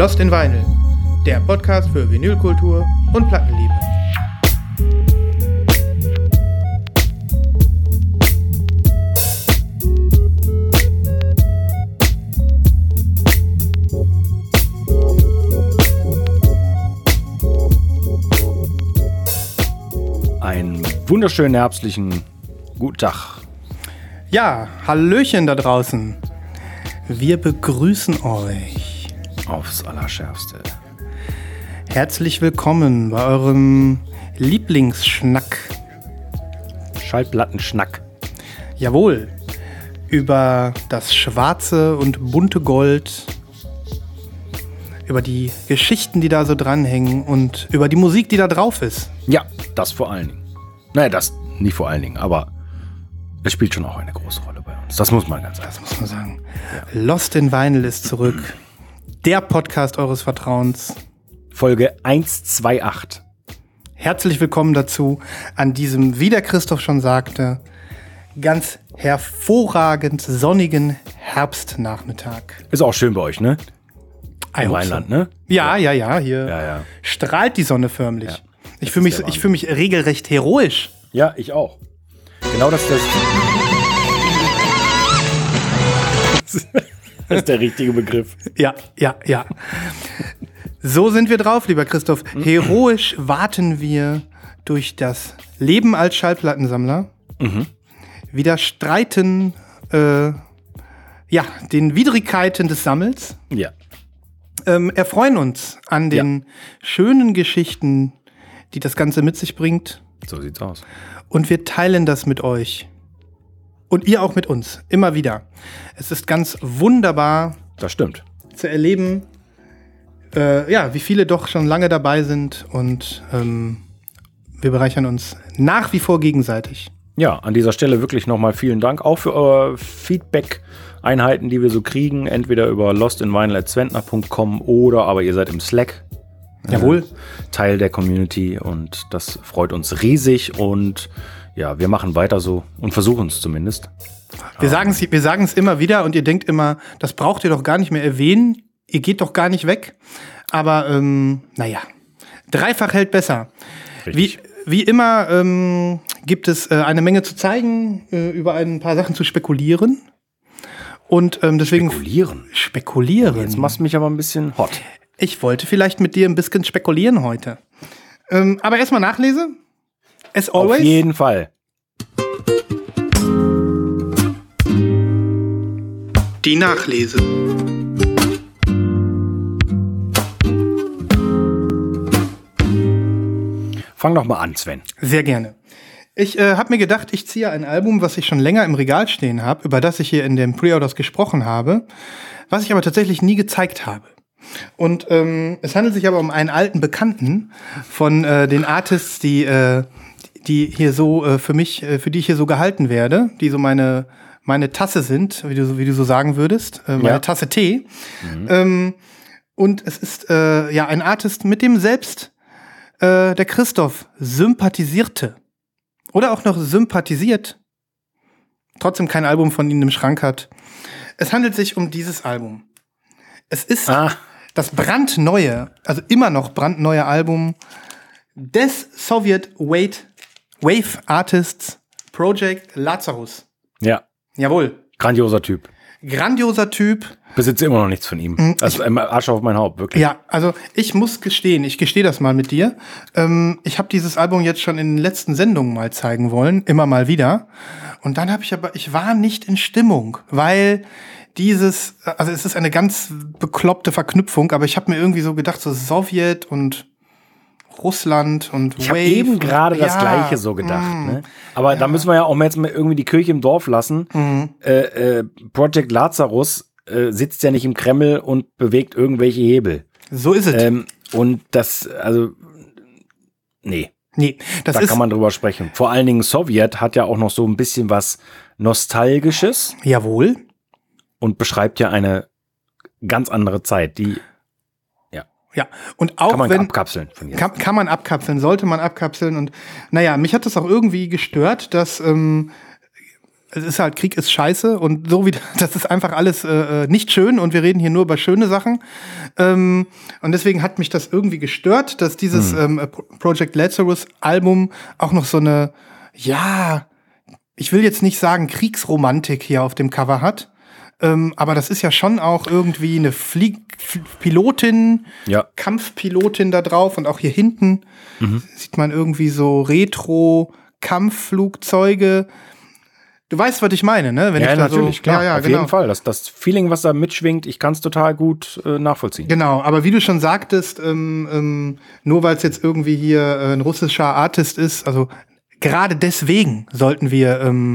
Lost in Vinyl, der Podcast für Vinylkultur und Plattenliebe. Einen wunderschönen herbstlichen guten Tag. Ja, Hallöchen da draußen. Wir begrüßen euch Aufs Allerschärfste. Herzlich willkommen bei eurem Lieblingsschnack. Schallplattenschnack. Jawohl, über das schwarze und bunte Gold, über die Geschichten, die da so dranhängen und über die Musik, die da drauf ist. Ja, das vor allen Dingen. Naja, das nicht vor allen Dingen, aber es spielt schon auch eine große Rolle bei uns. Das muss man ganz einfach sagen. Das muss man sagen. Ja. Lost in Vinyl ist zurück. Der Podcast eures Vertrauens. Folge 128. Herzlich willkommen dazu an diesem, wie der Christoph schon sagte, ganz hervorragend sonnigen Herbstnachmittag. Ist auch schön bei euch, ne? Im Rheinland, ne? Ja. Hier strahlt die Sonne förmlich. Ja, ich fühle mich regelrecht heroisch. Ja, ich auch. Genau das ist der richtige Begriff. Ja. So sind wir drauf, lieber Christoph. Heroisch warten wir durch das Leben als Schallplattensammler. Widerstreiten den Widrigkeiten des Sammels. Ja. Erfreuen uns an den schönen Geschichten, die das Ganze mit sich bringt. So sieht's aus. Und wir teilen das mit euch. Und ihr auch mit uns. Immer wieder. Es ist ganz wunderbar. Das stimmt. Zu erleben, wie viele doch schon lange dabei sind. Und wir bereichern uns nach wie vor gegenseitig. Ja, an dieser Stelle wirklich nochmal vielen Dank. Auch für eure Feedback-Einheiten, die wir so kriegen. Entweder über lostinvinyl@zwentner.com oder aber ihr seid im Slack. Jawohl. Teil der Community. Und das freut uns riesig. Und ja, wir machen weiter so und versuchen es zumindest. Wir sagen es immer wieder und ihr denkt immer, das braucht ihr doch gar nicht mehr erwähnen. Ihr geht doch gar nicht weg. Aber dreifach hält besser. Wie immer gibt es eine Menge zu zeigen, über ein paar Sachen zu spekulieren. Und deswegen Spekulieren. Jetzt machst du mich aber ein bisschen hot. Ich wollte vielleicht mit dir ein bisschen spekulieren heute. Aber erstmal Nachlese. As always. Auf jeden Fall. Die Nachlese. Fang doch mal an, Sven. Sehr gerne. Ich habe mir gedacht, ich ziehe ein Album, was ich schon länger im Regal stehen habe, über das ich hier in den Pre-Orders gesprochen habe, was ich aber tatsächlich nie gezeigt habe. Und es handelt sich aber um einen alten Bekannten von den Artists, die hier so für die ich hier so gehalten werde, die so meine Tasse sind, wie du so sagen würdest, meine Tasse Tee. Und es ist ein Artist, mit dem selbst der Christoph sympathisierte oder auch noch sympathisiert, trotzdem kein Album von ihm im Schrank hat. Es handelt sich um dieses Album. Es ist das brandneue, also immer noch brandneue Album des Soviet Wave Artists Project Lazarus. Ja. Jawohl. Grandioser Typ. Besitze immer noch nichts von ihm. Also Arsch auf mein Haupt, wirklich. Ja, also ich muss gestehen, ich gestehe das mal mit dir. Ich habe dieses Album jetzt schon in den letzten Sendungen mal zeigen wollen, immer mal wieder. Und dann ich war nicht in Stimmung, weil es ist eine ganz bekloppte Verknüpfung, aber ich habe mir irgendwie so gedacht, so Sowjet und Russland und ich habe eben gerade das Gleiche so gedacht. Ne? Aber da müssen wir ja auch mal jetzt mal irgendwie die Kirche im Dorf lassen. Project Lazarus sitzt ja nicht im Kreml und bewegt irgendwelche Hebel. So ist es. Und das, nee. Da kann man drüber sprechen. Vor allen Dingen Sowjet hat ja auch noch so ein bisschen was Nostalgisches. Jawohl. Und beschreibt ja eine ganz andere Zeit, die Ja, und auch kann man abkapseln. Kann man abkapseln, sollte man abkapseln. Und mich hat das auch irgendwie gestört, dass es ist halt, Krieg ist scheiße und so wie, das ist einfach alles nicht schön und wir reden hier nur über schöne Sachen. Und deswegen hat mich das irgendwie gestört, dass dieses Project Lazarus Album auch noch so eine, ja, ich will jetzt nicht sagen Kriegsromantik hier auf dem Cover hat. Aber das ist ja schon auch irgendwie eine Pilotin, Kampfpilotin da drauf und auch hier hinten sieht man irgendwie so Retro-Kampfflugzeuge. Du weißt, was ich meine, ne? Wenn ja, ich da natürlich, so, klar, ja, auf genau. jeden Fall. Das Feeling, was da mitschwingt, ich kann es total gut nachvollziehen. Genau, aber wie du schon sagtest, nur weil es jetzt irgendwie hier ein russischer Artist ist, also gerade deswegen sollten wir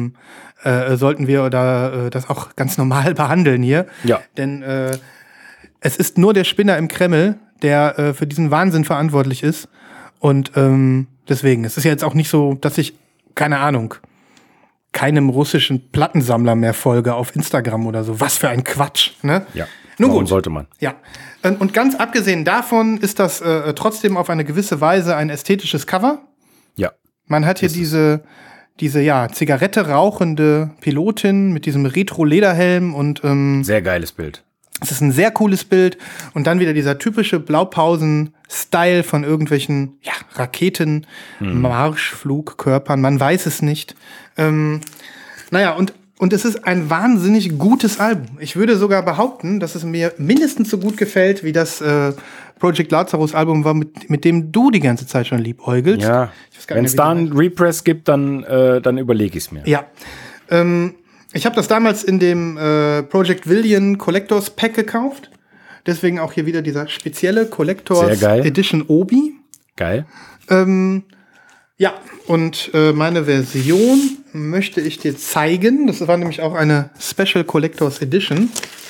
das auch ganz normal behandeln hier. Ja. Denn es ist nur der Spinner im Kreml, der für diesen Wahnsinn verantwortlich ist. Und deswegen, es ist ja jetzt auch nicht so, dass ich, keine Ahnung, keinem russischen Plattensammler mehr folge auf Instagram oder so. Was für ein Quatsch, ne? Ja, nun warum gut. sollte man? Ja, und ganz abgesehen davon ist das trotzdem auf eine gewisse Weise ein ästhetisches Cover. Ja. Man hat hier diese Zigarette rauchende Pilotin mit diesem Retro-Lederhelm und sehr geiles Bild. es ist ein sehr cooles Bild und dann wieder dieser typische Blaupausen-Style von irgendwelchen Raketen, Marschflugkörpern, man weiß es nicht. Und es ist ein wahnsinnig gutes Album. Ich würde sogar behaupten, dass es mir mindestens so gut gefällt, wie das Project Lazarus Album war, mit dem du die ganze Zeit schon liebäugelst. Ja, wenn es da einen Repress gibt, dann überlege ich es mir. Ja, ich habe das damals in dem Project Villian Collectors Pack gekauft. Deswegen auch hier wieder dieser spezielle Collectors Edition Obi. Geil. Ja, und meine Version möchte ich dir zeigen. Das war nämlich auch eine Special Collectors Edition.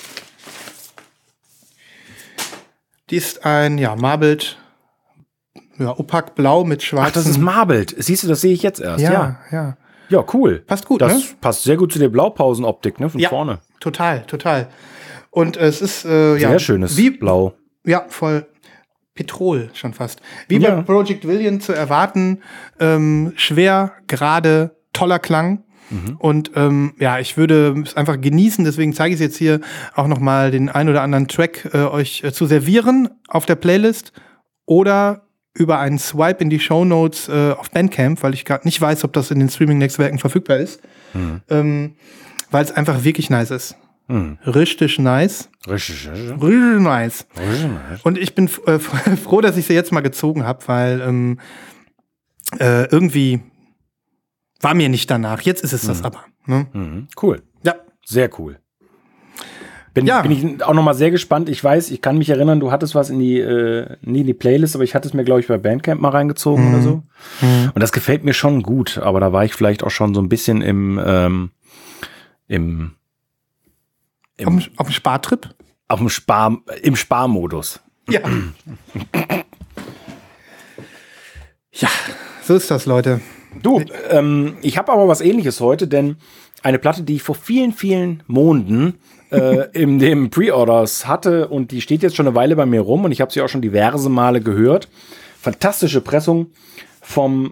Die ist ein, marbled, opak blau mit schwarzen. Ach, das ist marbled. Siehst du, das sehe ich jetzt erst. Ja. Ja, cool. Passt gut, das ne? Passt sehr gut zu der Blaupausenoptik, ne, von vorne. Total. Und es ist, sehr schönes Blau. Ja, voll Petrol schon fast. Wie bei Project Villian zu erwarten, schwer, gerade, toller Klang. Und ich würde es einfach genießen, deswegen zeige ich es jetzt hier auch noch mal den ein oder anderen Track euch zu servieren auf der Playlist oder über einen Swipe in die Shownotes auf Bandcamp, weil ich gerade nicht weiß, ob das in den Streaming-Netzwerken verfügbar ist, weil es einfach wirklich nice ist. Richtig nice. Richtig nice. Und ich bin froh, dass ich sie jetzt mal gezogen habe, weil irgendwie war mir nicht danach. Jetzt ist es das aber. Ne? Cool. Ja. Sehr cool. Bin ich auch noch mal sehr gespannt. Ich weiß, ich kann mich erinnern, du hattest was nie in die Playlist, aber ich hatte es mir, glaube ich, bei Bandcamp mal reingezogen oder so. Und das gefällt mir schon gut, aber da war ich vielleicht auch schon so ein bisschen im auf dem Spartrip? Im Sparmodus. Ja. Ja, so ist das, Leute. Du, ich habe aber was Ähnliches heute, denn eine Platte, die ich vor vielen, vielen Monaten in dem Pre-Orders hatte und die steht jetzt schon eine Weile bei mir rum und ich habe sie auch schon diverse Male gehört. Fantastische Pressung vom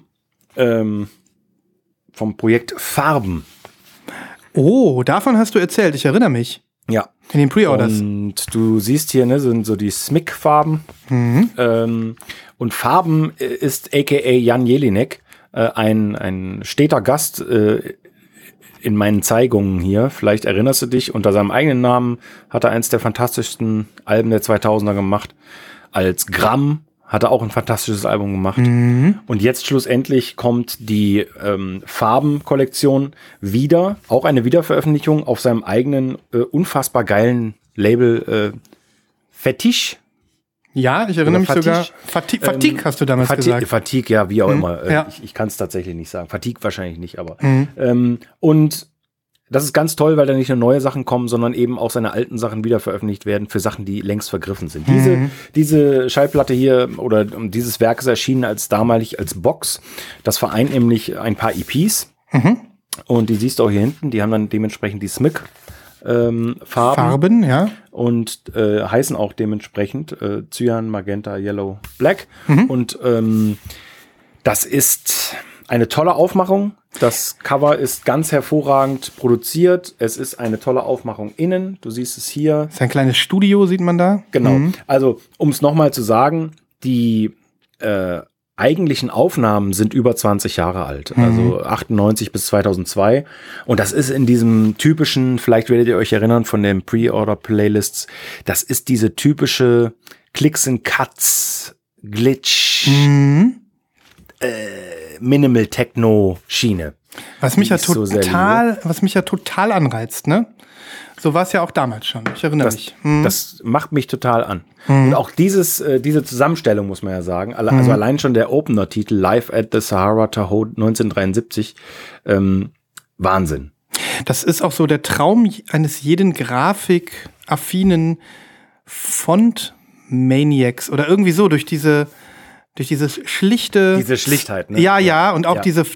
Projekt Farben. Oh, davon hast du erzählt, ich erinnere mich. Ja. In den Pre-Orders. Und du siehst hier, ne, sind so die SMIC-Farben. Und Farben ist a.k.a. Jan Jelinek, ein steter Gast in meinen Zeigungen hier. Vielleicht erinnerst du dich, unter seinem eigenen Namen hat er eins der fantastischsten Alben der 2000er gemacht. Als Gramm hat er auch ein fantastisches Album gemacht. Und jetzt schlussendlich kommt die Farben-Kollektion wieder, auch eine Wiederveröffentlichung auf seinem eigenen unfassbar geilen Label Fetisch. Ja, ich erinnere mich sogar. Fatigue hast du damals gesagt. Fatigue, ja, wie auch immer. Ich kann es tatsächlich nicht sagen. Fatigue wahrscheinlich nicht, aber. Und das ist ganz toll, weil da nicht nur neue Sachen kommen, sondern eben auch seine alten Sachen wieder veröffentlicht werden für Sachen, die längst vergriffen sind. Diese Schallplatte hier oder dieses Werk ist erschienen damalig als Box. Das vereint nämlich ein paar EPs. Und die siehst du auch hier hinten. Die haben dann dementsprechend die SMIC Farben, ja. Und heißen auch dementsprechend Cyan, Magenta, Yellow, Black. Und das ist eine tolle Aufmachung. Das Cover ist ganz hervorragend produziert. Es ist eine tolle Aufmachung innen. Du siehst es hier. Das ist ein kleines Studio, sieht man da. Genau. Also, um es nochmal zu sagen, die eigentlichen Aufnahmen sind über 20 Jahre alt. Also 98 bis 2002. Und das ist in diesem typischen, vielleicht werdet ihr euch erinnern von den Pre-Order-Playlists, das ist diese typische Clicks and Cuts, Glitch, Minimal-Techno-Schiene. Was mich ja total anreizt, ne? So war es ja auch damals schon. Ich erinnere mich. Das macht mich total an. Und auch diese Zusammenstellung, muss man ja sagen, also allein schon der Opener-Titel Live at the Sahara Tahoe 1973, Wahnsinn. Das ist auch so der Traum eines jeden grafikaffinen Font-Maniacs oder irgendwie so durch dieses schlichte... Diese Schlichtheit, ne? Ja, und auch diese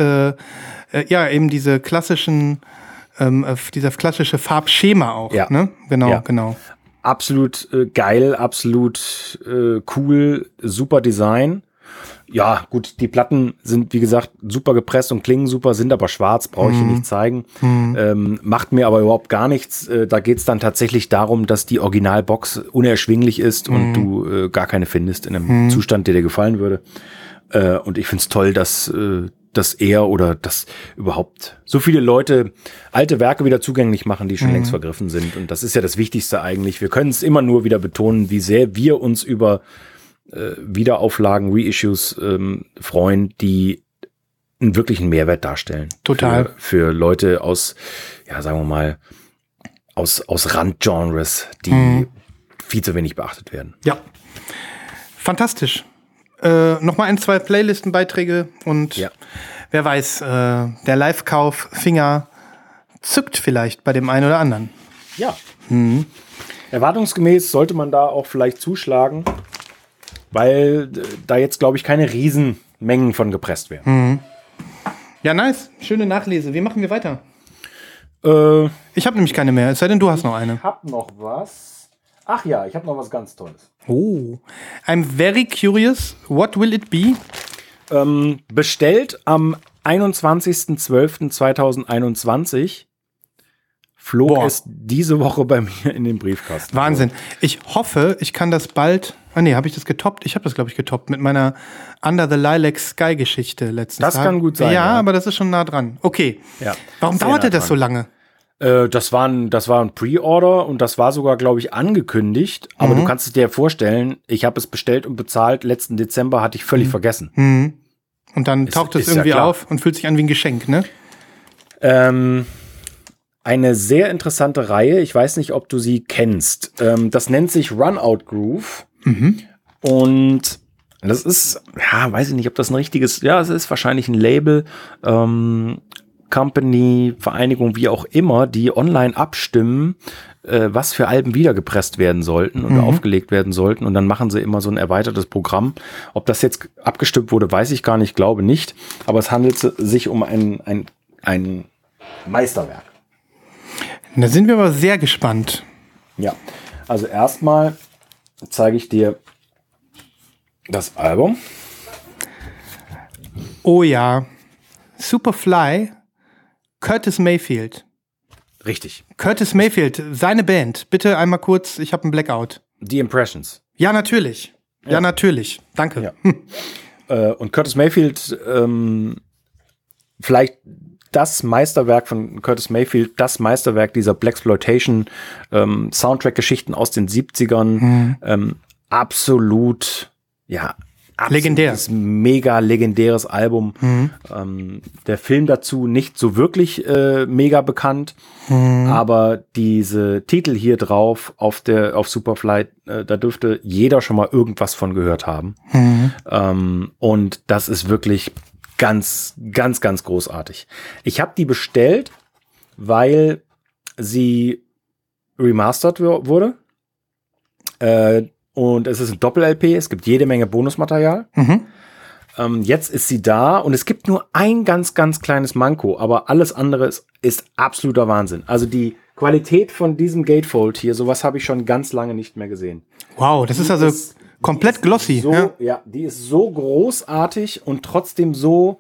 klassischen... dieser klassische Farbschema auch, ne? Genau. Absolut geil, absolut cool, super Design. Ja, gut, die Platten sind, wie gesagt, super gepresst und klingen super, sind aber schwarz, brauche ich hier nicht zeigen. Macht mir aber überhaupt gar nichts. Da geht es dann tatsächlich darum, dass die Originalbox unerschwinglich ist und du gar keine findest in einem Zustand, der dir gefallen würde. Und ich finde es toll, dass er oder dass überhaupt so viele Leute alte Werke wieder zugänglich machen, die schon längst vergriffen sind. Und das ist ja das Wichtigste eigentlich. Wir können es immer nur wieder betonen, wie sehr wir uns über Wiederauflagen, Reissues freuen, die einen wirklichen Mehrwert darstellen. Total. Für Leute aus, ja, sagen wir mal, aus Randgenres, die viel zu wenig beachtet werden. Ja, fantastisch. Nochmal 1, 2 Playlistenbeiträge und wer weiß, der Live-Kauf Finger zückt vielleicht bei dem einen oder anderen. Ja. Erwartungsgemäß sollte man da auch vielleicht zuschlagen, weil da jetzt, glaube ich, keine Riesenmengen von gepresst werden. Ja, nice. Schöne Nachlese. Wie machen wir weiter? Ich habe nämlich keine mehr, es sei denn, du hast noch eine. Ich habe noch was. Ach ja, ich habe noch was ganz Tolles. Oh, I'm very curious. What will it be? Bestellt am 21.12.2021 flog es diese Woche bei mir in den Briefkasten. Wahnsinn. Ich hoffe, ich kann das bald... habe ich das getoppt? Ich habe das, glaube ich, getoppt mit meiner Under the Lilac Sky Geschichte letztens. Das kann gut sein. Ja, aber das ist schon nah dran. Okay. Ja, warum dauerte das so lange? Das war ein Pre-Order und das war sogar, glaube ich, angekündigt. Aber du kannst es dir vorstellen, ich habe es bestellt und bezahlt. Letzten Dezember hatte ich völlig vergessen. Und dann taucht es irgendwie auf und fühlt sich an wie ein Geschenk, ne? Eine sehr interessante Reihe. Ich weiß nicht, ob du sie kennst. Das nennt sich Runout Groove. Und das ist, ja, weiß ich nicht, ob das ein richtiges, ja, es ist wahrscheinlich ein Label, Company, Vereinigung, wie auch immer, die online abstimmen, was für Alben wiedergepresst werden sollten oder aufgelegt werden sollten. Und dann machen sie immer so ein erweitertes Programm. Ob das jetzt abgestimmt wurde, weiß ich gar nicht, glaube nicht. Aber es handelt sich um ein Meisterwerk. Da sind wir aber sehr gespannt. Ja, also erstmal zeige ich dir das Album. Oh ja, Superfly, Curtis Mayfield. Richtig. Curtis Mayfield, seine Band. Bitte einmal kurz, ich habe einen Blackout. The Impressions. Ja, natürlich. Ja, natürlich. Danke. Ja. Und Curtis Mayfield, vielleicht das Meisterwerk von Curtis Mayfield, das Meisterwerk dieser Blaxploitation Soundtrack-Geschichten aus den 70ern. Absolut, ja, legendär. Mega legendäres Album. Der Film dazu nicht so wirklich mega bekannt, aber diese Titel hier drauf auf Superfly, da dürfte jeder schon mal irgendwas von gehört haben. Und das ist wirklich ganz, ganz, ganz großartig. Ich habe die bestellt, weil sie remastered wurde. Und es ist ein Doppel-LP, es gibt jede Menge Bonusmaterial. Jetzt ist sie da und es gibt nur ein ganz, ganz kleines Manko, aber alles andere ist absoluter Wahnsinn. Also die Qualität von diesem Gatefold hier, sowas habe ich schon ganz lange nicht mehr gesehen. Wow, das ist also komplett glossy. So, ja, die ist so großartig und trotzdem so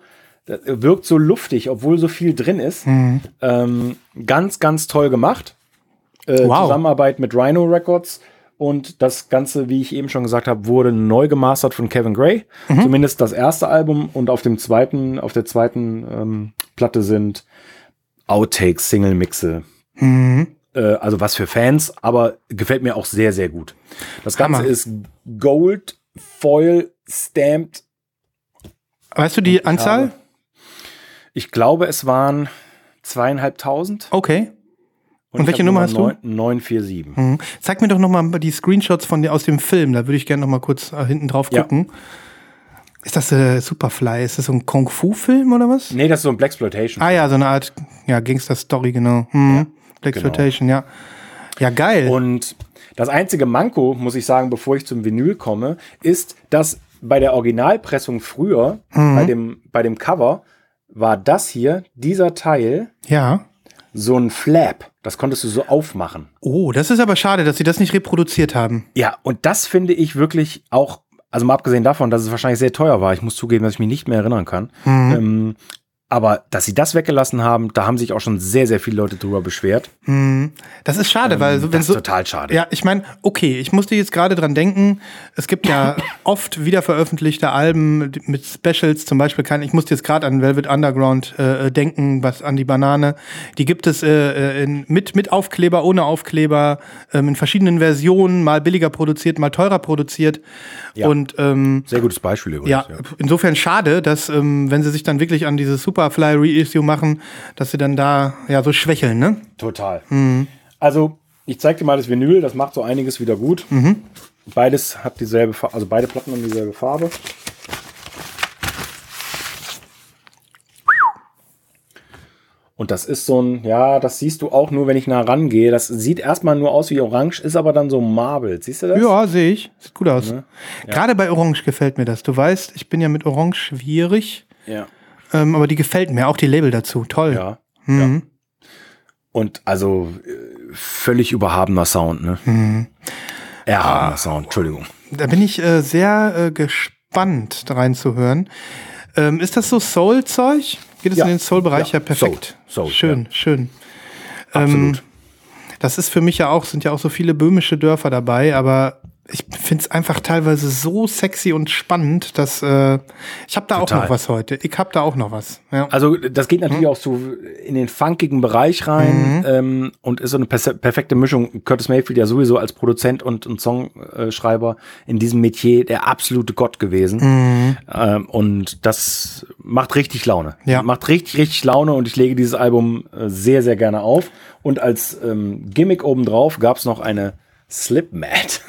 Das wirkt so luftig, obwohl so viel drin ist. Ganz, ganz toll gemacht. Wow. Zusammenarbeit mit Rhino Records. Und das Ganze, wie ich eben schon gesagt habe, wurde neu gemastert von Kevin Gray. Zumindest das erste Album. Und auf der zweiten Platte sind Outtakes, Single-Mixe. Also was für Fans, aber gefällt mir auch sehr, sehr gut. Das Ganze ist Gold Foil Stamped. Weißt du die Anzahl? Ich glaube, es waren 2.500. Okay. Und welche Nummer hast du? 947. Zeig mir doch noch mal die Screenshots aus dem Film. Da würde ich gerne noch mal kurz hinten drauf gucken. Ist das Superfly? Ist das so ein Kung-Fu-Film oder was? Nee, das ist so ein Blaxploitation. Ah ja, so eine Art Gangster-Story, genau. Blaxploitation, genau. Ja, geil. Und das einzige Manko, muss ich sagen, bevor ich zum Vinyl komme, ist, dass bei der Originalpressung früher, bei dem Cover, war das hier, dieser Teil, so ein Flap. Das konntest du so aufmachen. Oh, das ist aber schade, dass sie das nicht reproduziert haben. Ja, und das finde ich wirklich auch, also mal abgesehen davon, dass es wahrscheinlich sehr teuer war. Ich muss zugeben, dass ich mich nicht mehr erinnern kann. Aber dass sie das weggelassen haben, da haben sich auch schon sehr, sehr viele Leute drüber beschwert. Das ist schade, weil das ist total schade. Ja, ich meine, okay, ich musste jetzt gerade dran denken, es gibt ja oft wiederveröffentlichte Alben mit Specials, zum Beispiel ich musste jetzt gerade an Velvet Underground denken, an die Banane. Die gibt es mit Aufkleber, ohne Aufkleber, in verschiedenen Versionen, mal billiger produziert, mal teurer produziert. Ja. Und sehr gutes Beispiel übrigens. Ja, insofern schade, dass wenn sie sich dann wirklich an dieses Superfly Reissue machen, dass sie dann da so schwächeln, ne? Total. Also, ich zeig dir mal das Vinyl, das macht so einiges wieder gut. Beides hat dieselbe Farbe, also beide Platten haben dieselbe Farbe. Und das ist so ein, das siehst du auch nur, wenn ich nah rangehe. Das sieht erstmal nur aus wie Orange, ist aber dann so Marble. Siehst du das? Ja, sehe ich. Sieht gut aus. Ja. Gerade bei Orange gefällt mir das. Du weißt, ich bin ja mit Orange schwierig. Ja. Aber die gefällt mir. Auch die Label dazu. Toll. Ja. Und also völlig überhabener Sound, ne? Erhabener Sound, Entschuldigung. Da bin ich sehr gespannt, reinzuhören. Ist das so Soul-Zeug? Geht es in den Soul-Bereich? Ja, perfekt. Soul, schön. Absolut. Das ist für mich sind ja auch so viele böhmische Dörfer dabei, aber ich finde es einfach teilweise so sexy und spannend, dass ich habe da auch noch was heute. Ich habe da auch noch was. Ja. Also das geht natürlich auch so in den funkigen Bereich rein und ist so eine perfekte Mischung. Curtis Mayfield ja sowieso als Produzent und Songschreiber in diesem Metier der absolute Gott gewesen. Und das macht richtig Laune. Ja. Macht richtig, richtig Laune und ich lege dieses Album sehr, sehr gerne auf. Und als Gimmick obendrauf gab es noch eine Slipmat.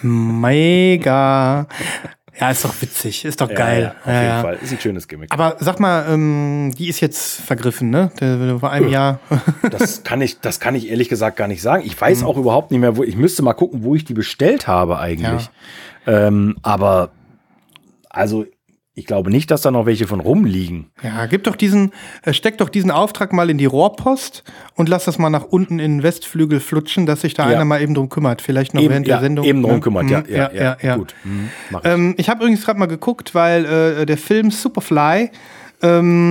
Mega. Ja, ist doch witzig, ist doch geil. Ja, auf jeden Fall, ist ein schönes Gimmick. Aber sag mal, die ist jetzt vergriffen, ne? Vor einem Jahr. Das kann ich ehrlich gesagt gar nicht sagen. Ich weiß auch überhaupt nicht mehr, ich müsste mal gucken, wo ich die bestellt habe eigentlich. Ja. Aber also ich glaube nicht, dass da noch welche von rumliegen. Ja, steck doch diesen Auftrag mal in die Rohrpost und lass das mal nach unten in den Westflügel flutschen, dass sich da einer mal eben drum kümmert. Vielleicht noch während der Sendung. Eben drum kümmert, ja. Gut. Mach ich. Ich habe übrigens gerade mal geguckt, weil der Film Superfly hat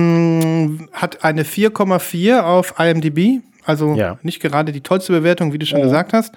eine 4,4 auf IMDb. Also nicht gerade die tollste Bewertung, wie du schon gesagt hast.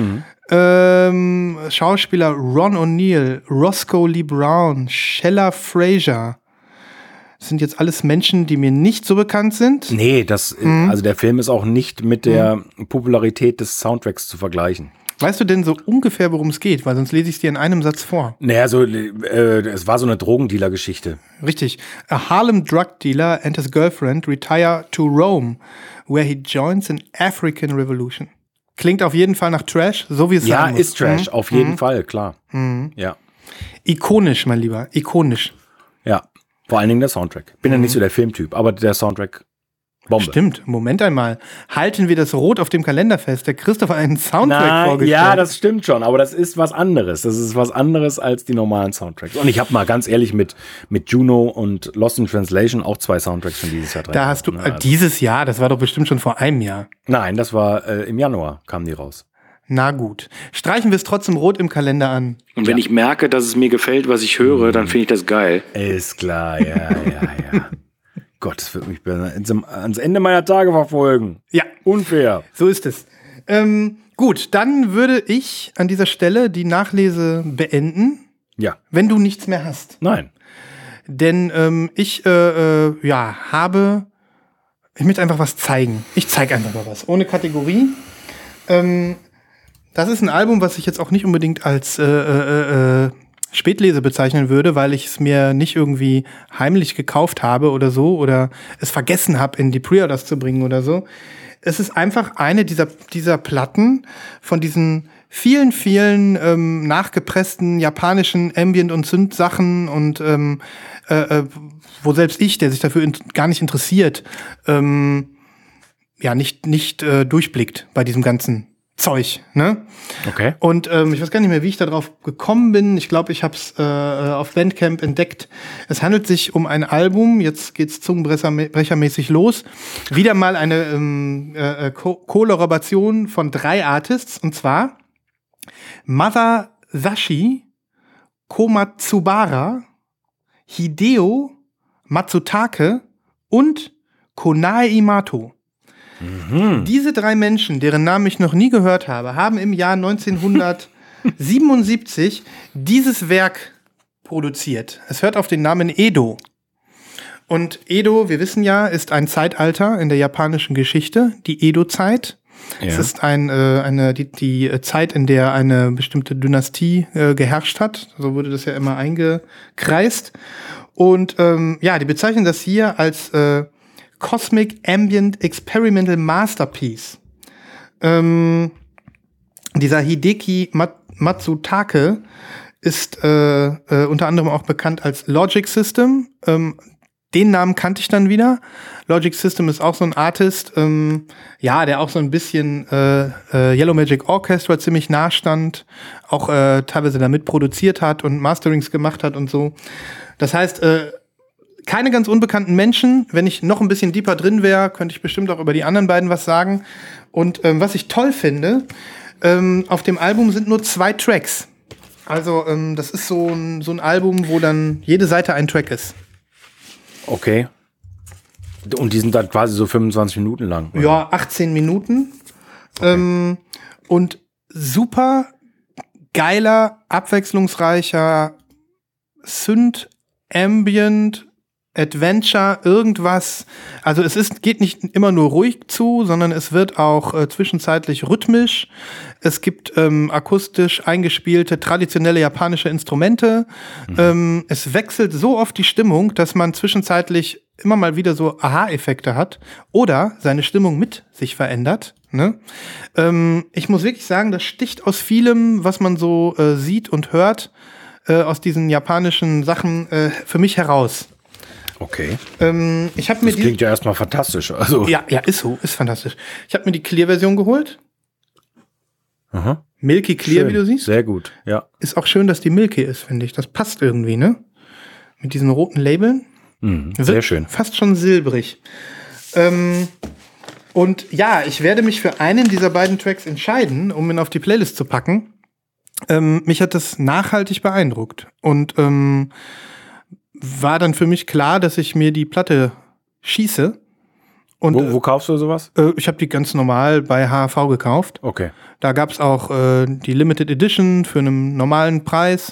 Schauspieler Ron O'Neill, Roscoe Lee Brown, Shella Fraser. Das sind jetzt alles Menschen, die mir nicht so bekannt sind. Nee, also der Film ist auch nicht mit der Popularität des Soundtracks zu vergleichen. Weißt du denn so ungefähr, worum es geht? Weil sonst lese ich es dir in einem Satz vor. Naja, es war so eine Drogendealer-Geschichte. Richtig. A Harlem drug dealer and his girlfriend retire to Rome, where he joins an African revolution. Klingt auf jeden Fall nach Trash, so wie es sein muss. Ja, ist Trash, auf jeden Fall, klar. Ja. Ikonisch, mein Lieber, ikonisch. Ja, vor allen Dingen der Soundtrack. Bin ja nicht so der Filmtyp, aber der Soundtrack, Bombe. Stimmt, Moment einmal. Halten wir das Rot auf dem Kalender fest. Der Christoph hat einen Soundtrack vorgestellt. Ja, das stimmt schon, aber das ist was anderes. Das ist was anderes als die normalen Soundtracks. Und ich habe mal ganz ehrlich mit Juno und Lost in Translation auch 2 Soundtracks schon dieses Jahr drin. Da hast du dieses Jahr, das war doch bestimmt schon vor einem Jahr. Nein, das war im Januar, kamen die raus. Na gut. Streichen wir es trotzdem rot im Kalender an. Und wenn ich merke, dass es mir gefällt, was ich höre, dann finde ich das geil. Ist klar, ja. Gott, das wird mich ans Ende meiner Tage verfolgen. Ja. Unfair. So ist es. Gut, dann würde ich an dieser Stelle die Nachlese beenden. Ja. Wenn du nichts mehr hast. Nein. Denn ich möchte einfach was zeigen. Ich zeige einfach mal was. Ohne Kategorie. Das ist ein Album, was ich jetzt auch nicht unbedingt als Spätlese bezeichnen würde, weil ich es mir nicht irgendwie heimlich gekauft habe oder so oder es vergessen habe, in die Pre-Orders zu bringen oder so. Es ist einfach eine dieser Platten von diesen vielen, vielen nachgepressten japanischen Ambient- und Synth-Sachen und wo selbst ich, der sich dafür gar nicht interessiert, nicht durchblickt bei diesem ganzen Zeug, ne? Okay. Und ich weiß gar nicht mehr, wie ich da drauf gekommen bin. Ich glaube, ich habe es auf Bandcamp entdeckt. Es handelt sich um ein Album, jetzt geht's zungenbrechermäßig los. Wieder mal eine Kollaboration von 3 Artists, und zwar Masashi Komatsubara, Hideo Matsutake und Konae Imato. Diese 3 Menschen, deren Namen ich noch nie gehört habe, haben im Jahr 1977 dieses Werk produziert. Es hört auf den Namen Edo. Und Edo, wir wissen ja, ist ein Zeitalter in der japanischen Geschichte, die Edo-Zeit. Ja. Es ist die Zeit, in der eine bestimmte Dynastie geherrscht hat. So wurde das ja immer eingekreist. Und die bezeichnen das hier als Cosmic Ambient Experimental Masterpiece. Dieser Hideki Matsutake ist unter anderem auch bekannt als Logic System. Den Namen kannte ich dann wieder. Logic System ist auch so ein Artist, der auch so ein bisschen Yellow Magic Orchestra ziemlich nah stand, auch teilweise damit produziert hat und Masterings gemacht hat und so. Das heißt, keine ganz unbekannten Menschen. Wenn ich noch ein bisschen deeper drin wäre, könnte ich bestimmt auch über die anderen beiden was sagen. Und was ich toll finde, auf dem Album sind nur 2 Tracks. Also das ist so ein Album, wo dann jede Seite ein Track ist. Okay. Und die sind dann quasi so 25 Minuten lang? Oder? Ja, 18 Minuten. Okay. Und super geiler, abwechslungsreicher Synth, Ambient, Adventure, irgendwas. Also geht nicht immer nur ruhig zu, sondern es wird auch zwischenzeitlich rhythmisch. Es gibt akustisch eingespielte traditionelle japanische Instrumente. Es wechselt so oft die Stimmung, dass man zwischenzeitlich immer mal wieder so Aha-Effekte hat oder seine Stimmung mit sich verändert. Ne? Ich muss wirklich sagen, das sticht aus vielem, was man so sieht und hört, aus diesen japanischen Sachen für mich heraus. Okay. Das klingt ja erstmal fantastisch. Also. Ja, ist so, ist fantastisch. Ich habe mir die Clear-Version geholt. Aha. Milky Clear, schön. Wie du siehst. Sehr gut, ja. Ist auch schön, dass die Milky ist, finde ich. Das passt irgendwie, ne? Mit diesen roten Labeln. Sehr schön. Fast schon silbrig. Und ja, ich werde mich für einen dieser beiden Tracks entscheiden, um ihn auf die Playlist zu packen. Mich hat das nachhaltig beeindruckt. Und war dann für mich klar, dass ich mir die Platte schieße. Und, wo kaufst du sowas? Ich habe die ganz normal bei HAV gekauft. Okay. Da gab es auch die Limited Edition für einen normalen Preis.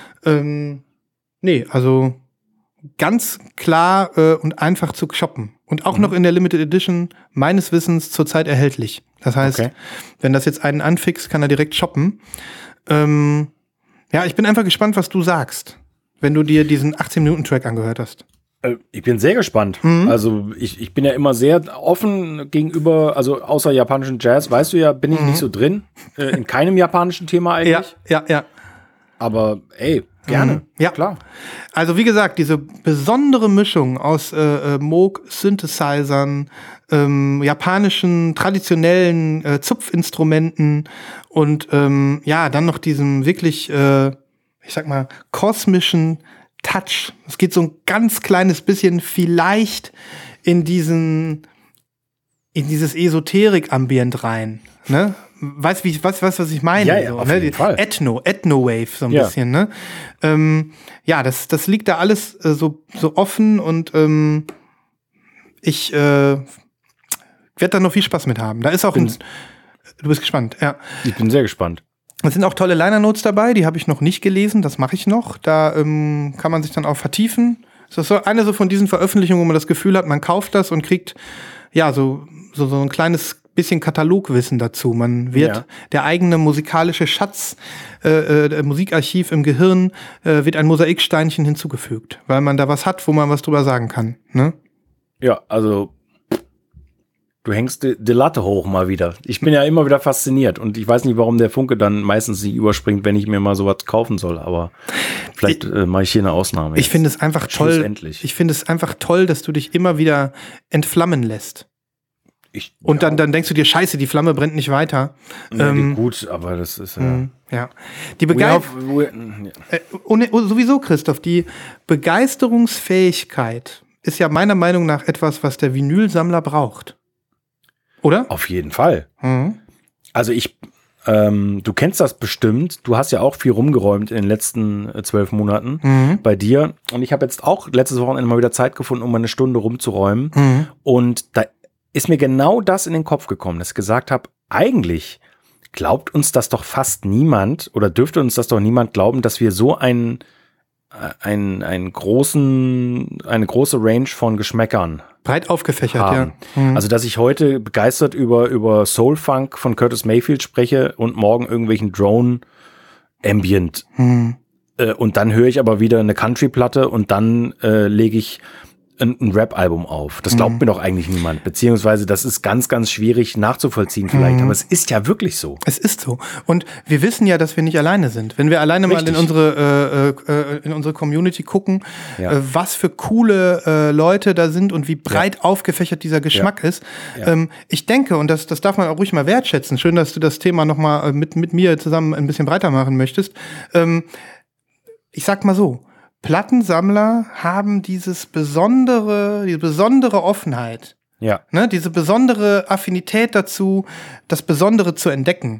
Also ganz klar und einfach zu shoppen. Und auch noch in der Limited Edition meines Wissens zurzeit erhältlich. Das heißt, wenn das jetzt einen anfixt, kann er direkt shoppen. Ich bin einfach gespannt, was du sagst, wenn du dir diesen 18-Minuten-Track angehört hast. Ich bin sehr gespannt. Also ich bin ja immer sehr offen gegenüber, also außer japanischen Jazz, weißt du ja, bin ich nicht so drin. In keinem japanischen Thema eigentlich. Ja. Aber gerne. Ja, klar. Also wie gesagt, diese besondere Mischung aus Moog, Synthesizern, japanischen traditionellen Zupfinstrumenten und dann noch diesem wirklich, kosmischen Touch. Es geht so ein ganz kleines bisschen vielleicht in dieses Esoterik-Ambient rein, ne? Weißt du, was ich meine? Ja, auf jeden Fall. Ethno-Wave so ein bisschen, ne? Das liegt da alles so offen und ich werde da noch viel Spaß mit haben. Da ist auch du bist gespannt, ja. Ich bin sehr gespannt. Es sind auch tolle Liner-Notes dabei, die habe ich noch nicht gelesen, das mache ich noch. Da kann man sich dann auch vertiefen. Das ist so eine so von diesen Veröffentlichungen, wo man das Gefühl hat, man kauft das und kriegt ja so ein kleines bisschen Katalogwissen dazu. Man wird der eigene musikalische Schatz, Musikarchiv im Gehirn, wird ein Mosaiksteinchen hinzugefügt, weil man da was hat, wo man was drüber sagen kann. Ne? Ja, also du hängst die Latte hoch mal wieder. Ich bin ja immer wieder fasziniert und ich weiß nicht, warum der Funke dann meistens nicht überspringt, wenn ich mir mal sowas kaufen soll, aber vielleicht mache ich hier eine Ausnahme. Ich finde es einfach toll. Ich finde es einfach toll, dass du dich immer wieder entflammen lässt. Und dann denkst du dir, scheiße, die Flamme brennt nicht weiter. Ja, gut, aber das ist ja. Die sowieso, Christoph, die Begeisterungsfähigkeit ist ja meiner Meinung nach etwas, was der Vinylsammler braucht. Oder? Auf jeden Fall. Also du kennst das bestimmt. Du hast ja auch viel rumgeräumt in den letzten 12 Monaten bei dir. Und ich habe jetzt auch letztes Wochenende mal wieder Zeit gefunden, um mal eine Stunde rumzuräumen. Und da ist mir genau das in den Kopf gekommen, dass ich gesagt habe, eigentlich glaubt uns das doch fast niemand oder dürfte uns das doch niemand glauben, dass wir so eine große Range von Geschmäckern breit aufgefächert haben. Ja. Also, dass ich heute begeistert über Soul-Funk von Curtis Mayfield spreche und morgen irgendwelchen Drone-Ambient. Und dann höre ich aber wieder eine Country-Platte und dann lege ich ein Rap-Album auf. Das glaubt mir doch eigentlich niemand. Beziehungsweise das ist ganz, ganz schwierig nachzuvollziehen vielleicht. Aber es ist ja wirklich so. Es ist so. Und wir wissen ja, dass wir nicht alleine sind. Wenn wir alleine mal in unsere Community gucken, was für coole Leute da sind und wie breit aufgefächert dieser Geschmack ist. Ja. Ich denke, und das darf man auch ruhig mal wertschätzen. Schön, dass du das Thema noch mal mit mir zusammen ein bisschen breiter machen möchtest. Ich sag mal so, Plattensammler haben diese besondere Offenheit, ne, diese besondere Affinität dazu, das Besondere zu entdecken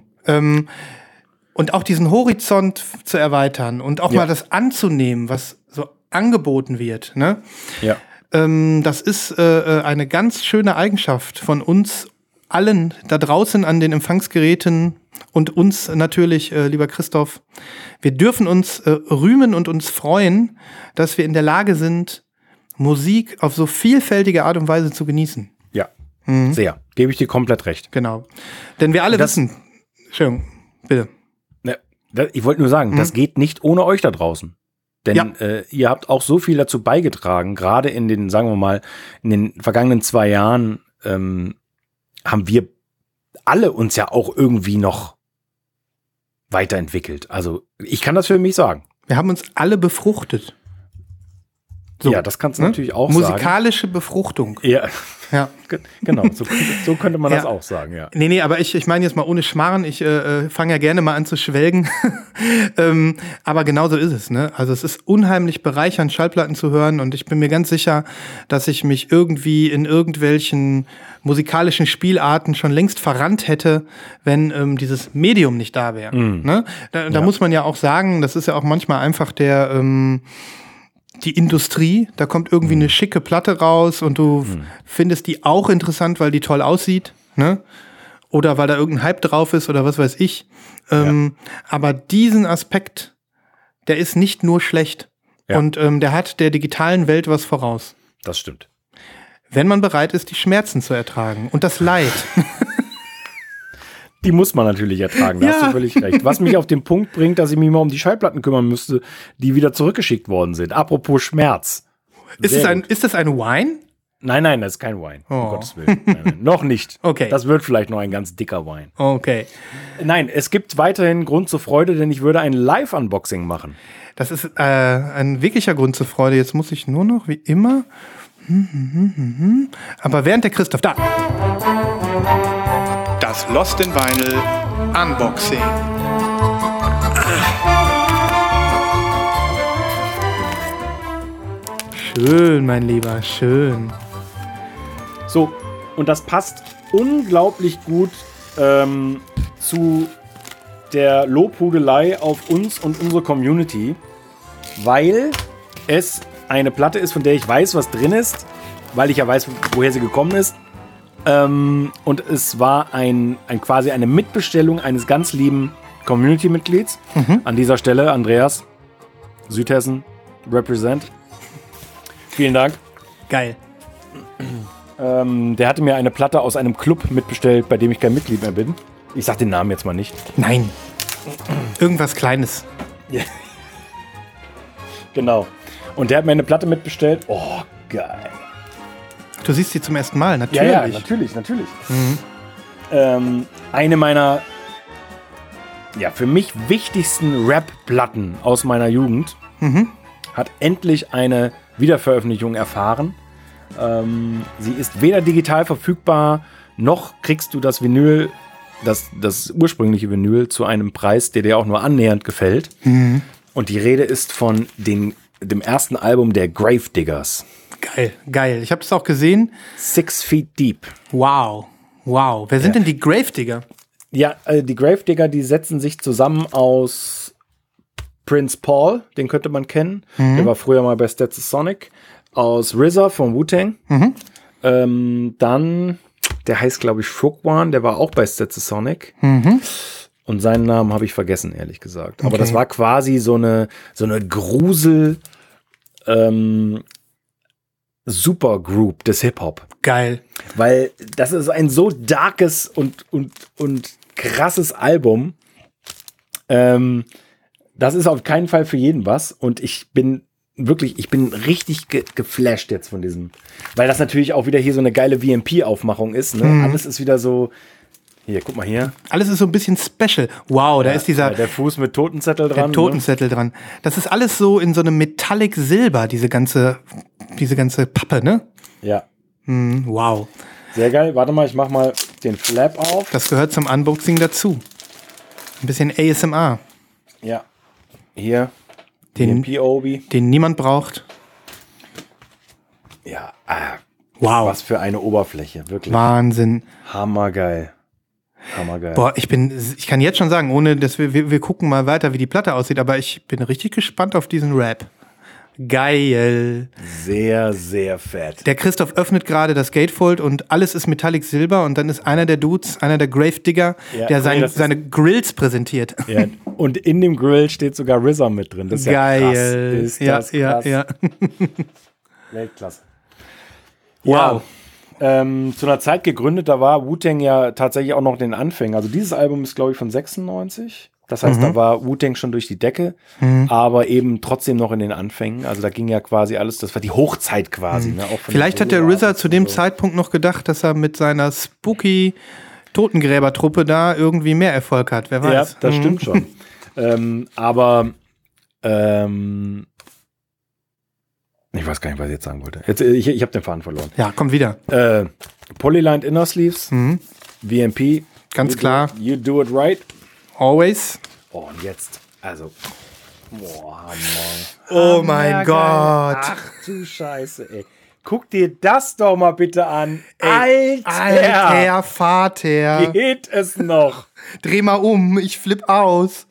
und auch diesen Horizont zu erweitern und auch mal das anzunehmen, was so angeboten wird. Ne? Ja. Das ist eine ganz schöne Eigenschaft von uns allen da draußen an den Empfangsgeräten und uns natürlich, lieber Christoph. Wir dürfen uns rühmen und uns freuen, dass wir in der Lage sind, Musik auf so vielfältige Art und Weise zu genießen. Ja, sehr. Gebe ich dir komplett recht. Genau. Denn wir alle wissen. Entschuldigung, bitte. Ich wollte nur sagen, das geht nicht ohne euch da draußen. Denn ihr habt auch so viel dazu beigetragen, gerade in den, sagen wir mal, in den vergangenen 2 Jahren haben wir alle uns ja auch irgendwie noch weiterentwickelt. Also ich kann das für mich sagen. Wir haben uns alle befruchtet. So, ja, das kannst du natürlich auch musikalische Befruchtung. Ja. Genau, so könnte man das auch sagen, ja. Nee, aber ich meine jetzt mal ohne Schmarren, ich fange ja gerne mal an zu schwelgen. Aber genau so ist es, ne? Also es ist unheimlich bereichernd, Schallplatten zu hören und ich bin mir ganz sicher, dass ich mich irgendwie in irgendwelchen musikalischen Spielarten schon längst verrannt hätte, wenn dieses Medium nicht da wäre. Ne? Da muss man ja auch sagen, das ist ja auch manchmal einfach die Industrie, da kommt irgendwie eine schicke Platte raus und du findest die auch interessant, weil die toll aussieht, ne? Oder weil da irgendein Hype drauf ist oder was weiß ich. Aber diesen Aspekt, der ist nicht nur schlecht. Ja. Und der hat der digitalen Welt was voraus. Das stimmt. Wenn man bereit ist, die Schmerzen zu ertragen und das Leid. Die muss man natürlich ertragen, da hast du völlig recht. Was mich auf den Punkt bringt, dass ich mich mal um die Schallplatten kümmern müsste, die wieder zurückgeschickt worden sind. Apropos Schmerz. Ist das ein Wine? Nein, das ist kein Wine. Um Gottes Willen. Nein, noch nicht. Okay. Das wird vielleicht noch ein ganz dicker Wine. Okay. Nein, es gibt weiterhin Grund zur Freude, denn ich würde ein Live-Unboxing machen. Das ist ein wirklicher Grund zur Freude. Jetzt muss ich nur noch, wie immer. Aber während der Christoph da. Das Lost in Vinyl Unboxing. Schön, mein Lieber, schön. So, und das passt unglaublich gut zu der Lobhudelei auf uns und unsere Community, weil es eine Platte ist, von der ich weiß, was drin ist, weil ich ja weiß, woher sie gekommen ist. Und es war quasi eine Mitbestellung eines ganz lieben Community-Mitglieds. An dieser Stelle, Andreas, Südhessen, represent. Vielen Dank. Geil. Der hatte mir eine Platte aus einem Club mitbestellt, bei dem ich kein Mitglied mehr bin. Ich sag den Namen jetzt mal nicht. Nein. Irgendwas Kleines. Ja. Genau. Und der hat mir eine Platte mitbestellt. Oh, geil. Du siehst sie zum ersten Mal, natürlich. Ja, natürlich. Eine meiner für mich wichtigsten Rap-Platten aus meiner Jugend hat endlich eine Wiederveröffentlichung erfahren. Sie ist weder digital verfügbar, noch kriegst du das Vinyl, das ursprüngliche Vinyl, zu einem Preis, der dir auch nur annähernd gefällt. Und die Rede ist von dem ersten Album der Gravediggers. Geil. Ich habe das auch gesehen. 6 Feet Deep. Wow. Wer sind denn die Gravedigger? Ja, die Gravedigger, die setzen sich zusammen aus Prince Paul, den könnte man kennen. Der war früher mal bei Stetsasonic. Aus RZA von Wu-Tang. Dann, der heißt, glaube ich, Fuqwan, der war auch bei Stetsasonic. Und seinen Namen habe ich vergessen, ehrlich gesagt. Aber das war quasi so eine Grusel Supergroup des Hip-Hop. Geil. Weil das ist ein so darkes und krasses Album. Das ist auf keinen Fall für jeden was. Und ich bin richtig geflasht jetzt von diesem. Weil das natürlich auch wieder hier so eine geile VMP-Aufmachung ist. Ne? Alles ist wieder so. Hier, guck mal hier. Alles ist so ein bisschen special. Wow, da ist dieser. Der Fuß mit Totenzettel dran. Der Totenzettel dran. Das ist alles so in so einem Metallic Silber, diese ganze Pappe, ne? Ja. Wow. Sehr geil. Warte mal, ich mach mal den Flap auf. Das gehört zum Unboxing dazu. Ein bisschen ASMR. Ja. Hier. Den niemand braucht. Ja. Wow. Was für eine Oberfläche. Wirklich. Wahnsinn. Hammergeil. Boah, ich kann jetzt schon sagen, ohne dass wir gucken mal weiter, wie die Platte aussieht, aber ich bin richtig gespannt auf diesen Rap. Geil. Sehr, sehr fett. Der Christoph öffnet gerade das Gatefold und alles ist Metallic Silber und dann ist einer der Dudes, einer der Gravedigger, der seine Grills präsentiert. Ja, und in dem Grill steht sogar RZA mit drin. Das ist geil. Ja krass. Krass. Ja. Weltklasse. Wow. Ja, zu einer Zeit gegründet, da war Wu-Tang ja tatsächlich auch noch in den Anfängen. Also dieses Album ist, glaube ich, von 96. Das heißt, da war Wu-Tang schon durch die Decke, aber eben trotzdem noch in den Anfängen. Also da ging ja quasi alles, das war die Hochzeit quasi. Ne? Auch vielleicht hat der RZA zu dem Zeitpunkt noch gedacht, dass er mit seiner spooky Totengräbertruppe da irgendwie mehr Erfolg hat. Wer weiß. Ja, das stimmt schon. Ich weiß gar nicht, was ich jetzt sagen wollte. Ich habe den Faden verloren. Ja, komm wieder. Polylined Inner Sleeves, VMP. Ganz klar. You do it right. Always. Oh, und jetzt, also. Boah, Mann. Oh mein Gott. Ach du Scheiße, ey. Guck dir das doch mal bitte an. Ey, Alter Vater. Geht es noch? Dreh mal um, ich flipp aus.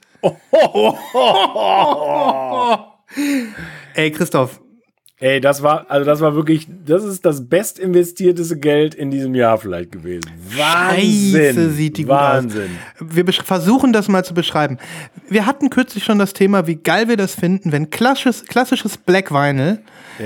Ey, Christoph. Ey, das war wirklich, das ist das best investierteste Geld in diesem Jahr vielleicht gewesen. Wahnsinn. Scheiße, sieht die gut aus. Wir versuchen das mal zu beschreiben. Wir hatten kürzlich schon das Thema, wie geil wir das finden, wenn klassisches Black Vinyl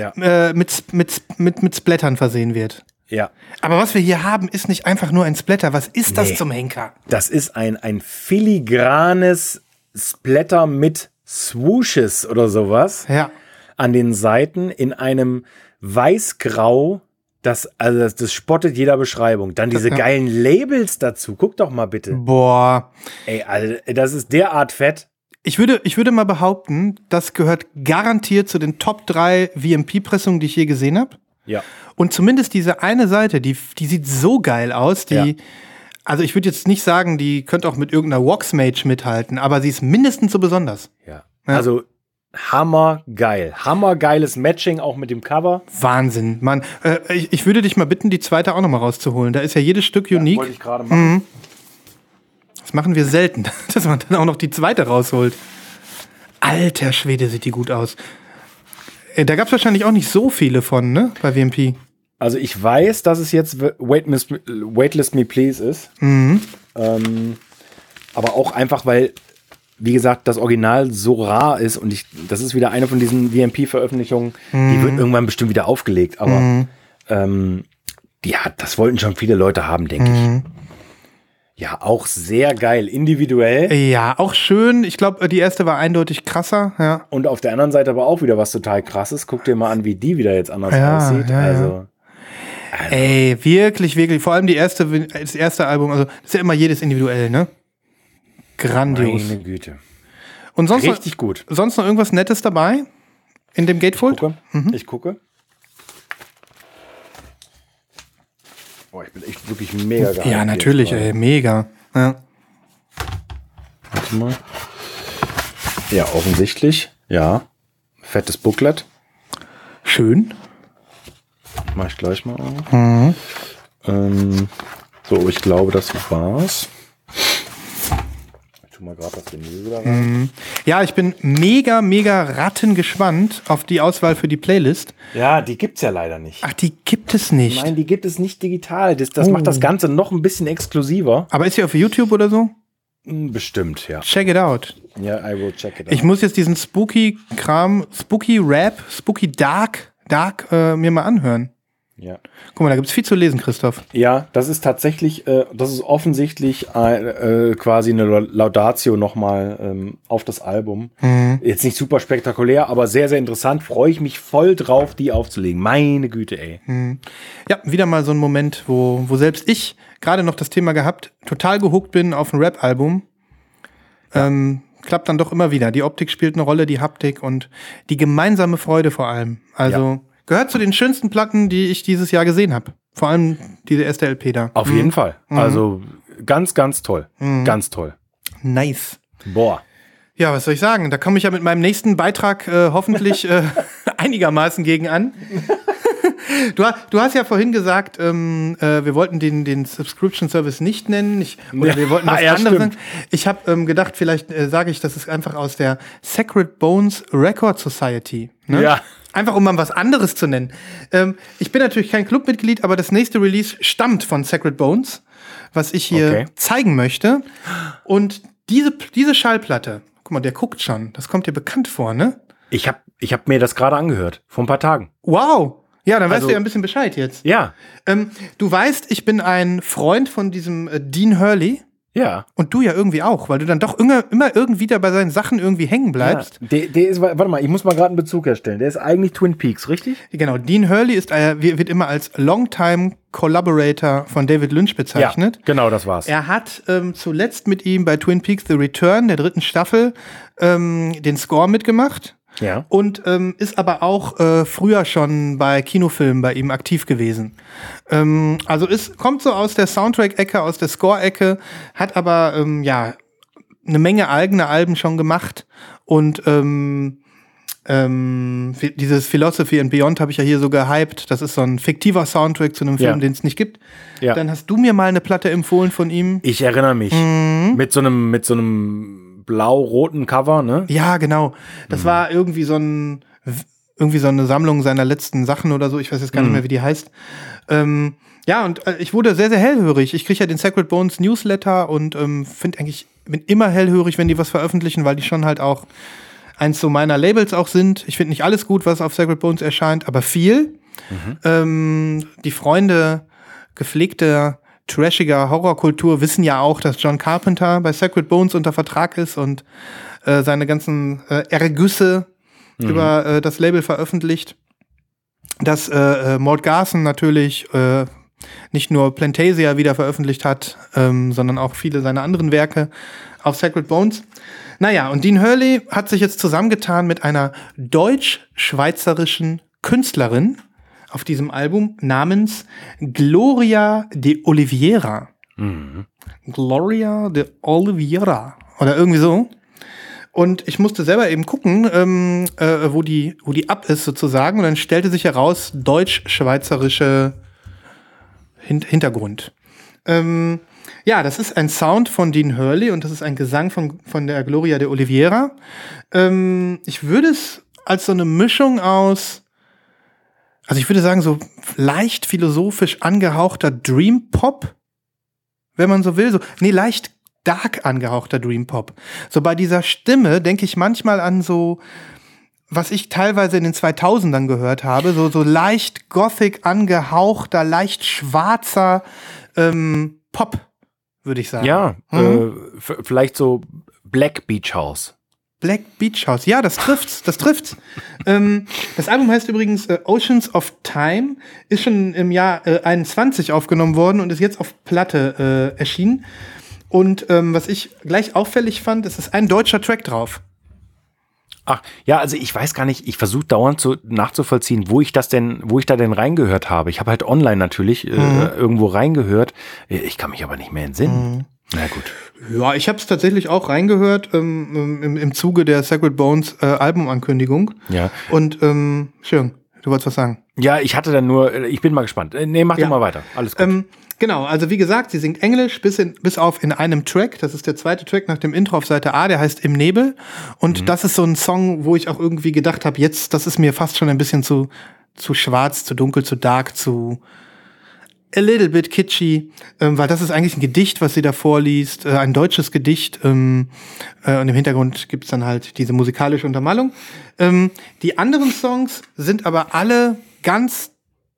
mit Splattern versehen wird. Ja. Aber was wir hier haben, ist nicht einfach nur ein Splatter. Was ist das zum Henker? Das ist ein filigranes Splatter mit Swooshes oder sowas. Ja. An den Seiten in einem Weiß-Grau, das spottet jeder Beschreibung. Dann diese geilen Labels dazu. Guck doch mal bitte. Boah. Ey, also, das ist derart fett. Ich würde mal behaupten, das gehört garantiert zu den Top 3 VMP-Pressungen, die ich je gesehen habe. Ja. Und zumindest diese eine Seite, die sieht so geil aus. Also ich würde jetzt nicht sagen, die könnte auch mit irgendeiner Waxmage mithalten, aber sie ist mindestens so besonders. Ja. Also hammergeil. Hammergeiles Matching auch mit dem Cover. Wahnsinn, Mann. Ich würde dich mal bitten, die zweite auch noch mal rauszuholen. Da ist ja jedes Stück unique. Wollte ich gerade machen. Das machen wir selten, dass man dann auch noch die zweite rausholt. Alter Schwede, sieht die gut aus. Da gab es wahrscheinlich auch nicht so viele von, ne? Bei VMP. Also ich weiß, dass es jetzt Waitlist Me Please ist. Aber auch einfach, weil, wie gesagt, das Original so rar ist und das ist wieder eine von diesen VMP-Veröffentlichungen, die wird irgendwann bestimmt wieder aufgelegt. Aber das wollten schon viele Leute haben, denke ich. Ja, auch sehr geil, individuell. Ja, auch schön. Ich glaube, die erste war eindeutig krasser. Ja. Und auf der anderen Seite aber auch wieder was total krasses. Guck dir mal an, wie die wieder jetzt anders aussieht. Ja. Also. Ey, wirklich, wirklich. Vor allem das erste Album, also das ist ja immer jedes individuell, ne? Grandios. Meine Güte. Und sonst richtig gut. Sonst noch irgendwas Nettes dabei in dem Gatefold? Ich gucke. Boah, ich bin echt wirklich mega geil. Ja, natürlich, ey, mega. Ja. Warte mal. Ja, offensichtlich. Ja. Fettes Booklet. Schön. Mach ich gleich mal auf. So, ich glaube, das war's. Ich tu mal gerade das Vinyl wieder rein. Ja, ich bin mega, mega rattengespannt auf die Auswahl für die Playlist. Ja, die gibt's ja leider nicht. Ach, die gibt es nicht. Nein, die gibt es nicht digital. Das macht das Ganze noch ein bisschen exklusiver. Aber ist sie auf YouTube oder so? Bestimmt, ja. Check it out. Ja, I will check it out. Ich muss jetzt diesen Spooky-Kram, Spooky Rap, Spooky Dark mir mal anhören. Ja. Guck mal, da gibt's viel zu lesen, Christoph. Ja, das ist tatsächlich, das ist offensichtlich quasi eine Laudatio nochmal auf das Album. Jetzt nicht super spektakulär, aber sehr, sehr interessant. Freue ich mich voll drauf, die aufzulegen. Meine Güte, ey. Ja, wieder mal so ein Moment, wo selbst ich gerade noch das Thema gehabt, total gehuckt bin auf ein Rap-Album. Klappt dann doch immer wieder. Die Optik spielt eine Rolle, die Haptik und die gemeinsame Freude vor allem. Also gehört zu den schönsten Platten, die ich dieses Jahr gesehen habe. Vor allem diese erste LP da. Auf jeden Fall. Also ganz, ganz toll. Ganz toll. Nice. Boah. Ja, was soll ich sagen? Da komme ich ja mit meinem nächsten Beitrag hoffentlich einigermaßen gegen an. Du hast ja vorhin gesagt, wir wollten den Subscription Service nicht nennen. Wir wollten was anderes sagen. Ich habe gedacht, vielleicht sage ich, das ist einfach aus der Sacred Bones Record Society. Ne? Ja. Einfach um mal was anderes zu nennen. Ich bin natürlich kein Clubmitglied, aber das nächste Release stammt von Sacred Bones, was ich hier zeigen möchte. Und diese Schallplatte, guck mal, der guckt schon. Das kommt dir bekannt vor, ne? Ich hab mir das gerade angehört, vor ein paar Tagen. Wow. Ja, dann weißt du ja ein bisschen Bescheid jetzt. Ja. Du weißt, ich bin ein Freund von diesem Dean Hurley. Ja. Und du ja irgendwie auch, weil du dann doch immer irgendwie da bei seinen Sachen irgendwie hängen bleibst. Ja, der ist, warte mal, ich muss mal gerade einen Bezug herstellen. Der ist eigentlich Twin Peaks, richtig? Genau, Dean Hurley wird immer als Longtime Collaborator von David Lynch bezeichnet. Ja, genau, das war's. Er hat zuletzt mit ihm bei Twin Peaks The Return, der 3. Staffel, den Score mitgemacht. Ja. Und ist aber auch früher schon bei Kinofilmen bei ihm aktiv gewesen. Also kommt so aus der Soundtrack-Ecke, aus der Score-Ecke, hat aber eine Menge eigene Alben schon gemacht. Und dieses Philosophy and Beyond habe ich ja hier so gehypt. Das ist so ein fiktiver Soundtrack zu einem Film, den es nicht gibt. Ja. Dann hast du mir mal eine Platte empfohlen von ihm. Ich erinnere mich. Mit so einem blau-roten Cover, ne? Ja, genau. Das war irgendwie so eine Sammlung seiner letzten Sachen oder so. Ich weiß jetzt gar nicht mehr, wie die heißt. Ich wurde sehr, sehr hellhörig. Ich kriege ja den Sacred Bones Newsletter und bin immer hellhörig, wenn die was veröffentlichen, weil die schon halt auch eins so meiner Labels auch sind. Ich finde nicht alles gut, was auf Sacred Bones erscheint, aber viel. Die Freunde gepflegter trashiger Horrorkultur wissen ja auch, dass John Carpenter bei Sacred Bones unter Vertrag ist und seine ganzen Ergüsse über das Label veröffentlicht. Dass Mort Garson natürlich nicht nur Plantasia wieder veröffentlicht hat, sondern auch viele seiner anderen Werke auf Sacred Bones. Naja, und Dean Hurley hat sich jetzt zusammengetan mit einer deutsch-schweizerischen Künstlerin auf diesem Album namens Gloria de Oliveira. Gloria de Oliveira. Oder irgendwie so. Und ich musste selber eben gucken, wo die ab ist sozusagen. Und dann stellte sich heraus, deutsch-schweizerische Hintergrund. Das ist ein Sound von Dean Hurley und das ist ein Gesang von der Gloria de Oliveira. Ich würde es als so eine Mischung aus Also ich würde sagen, so leicht philosophisch angehauchter Dream Pop, wenn man so will. Leicht dark angehauchter Dream Pop. So bei dieser Stimme denke ich manchmal an so, was ich teilweise in den 2000ern gehört habe, so leicht gothic angehauchter, leicht schwarzer Pop, würde ich sagen. Ja, vielleicht so Black Beach House. Black Beach House, ja, das trifft's. Das Album heißt übrigens Oceans of Time, ist schon im Jahr 21 aufgenommen worden und ist jetzt auf Platte erschienen. Und was ich gleich auffällig fand, ist ein deutscher Track drauf. Ach, ja, also ich weiß gar nicht, ich versuche dauernd nachzuvollziehen, wo ich da denn reingehört habe. Ich habe halt online natürlich irgendwo reingehört. Ich kann mich aber nicht mehr entsinnen. Na gut. Ja, ich habe es tatsächlich auch reingehört im Zuge der Sacred Bones Albumankündigung. Ja. Und schön, du wolltest was sagen. Ja, ich hatte dann nur, ich bin mal gespannt. Nee, mach du mal weiter. Alles gut. Genau, also wie gesagt, sie singt Englisch bis auf in einem Track. Das ist der zweite Track nach dem Intro auf Seite A, der heißt Im Nebel. Und das ist so ein Song, wo ich auch irgendwie gedacht habe, jetzt, das ist mir fast schon ein bisschen zu schwarz, zu dunkel, zu dark, zu a little bit kitschy, weil das ist eigentlich ein Gedicht, was sie da vorliest, ein deutsches Gedicht. Und im Hintergrund gibt's dann halt diese musikalische Untermalung. Die anderen Songs sind aber alle ganz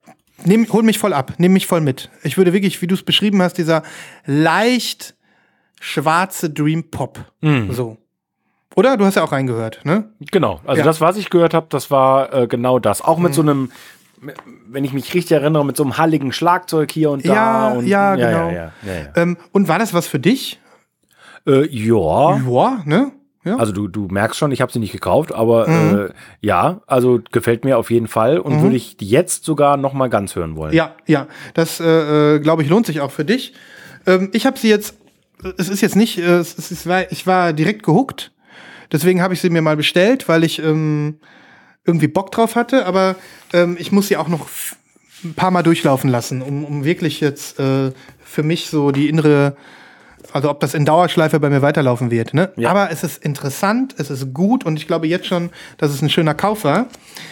hol mich voll ab, nimm mich voll mit. Ich würde wirklich, wie du es beschrieben hast, dieser leicht schwarze Dream Pop. So. Oder? Du hast ja auch reingehört, ne? Genau. Also das, was ich gehört habe, das war genau das. Auch mit so einem, wenn ich mich richtig erinnere, mit so einem halligen Schlagzeug hier und da. Genau. Ja. Und war das was für dich? Ja. Ja, ne? Ja. Also du merkst schon, ich habe sie nicht gekauft, aber ja, also gefällt mir auf jeden Fall und würde ich jetzt sogar noch mal ganz hören wollen. Ja, das glaube ich lohnt sich auch für dich. Ich habe sie jetzt, es ist jetzt nicht, ich war direkt gehuckt, deswegen habe ich sie mir mal bestellt, weil ich irgendwie Bock drauf hatte, aber ich muss sie auch noch ein paar Mal durchlaufen lassen, um wirklich jetzt für mich so die innere, also ob das in Dauerschleife bei mir weiterlaufen wird, ne? Ja. Aber es ist interessant, es ist gut und ich glaube jetzt schon, dass es ein schöner Kauf war.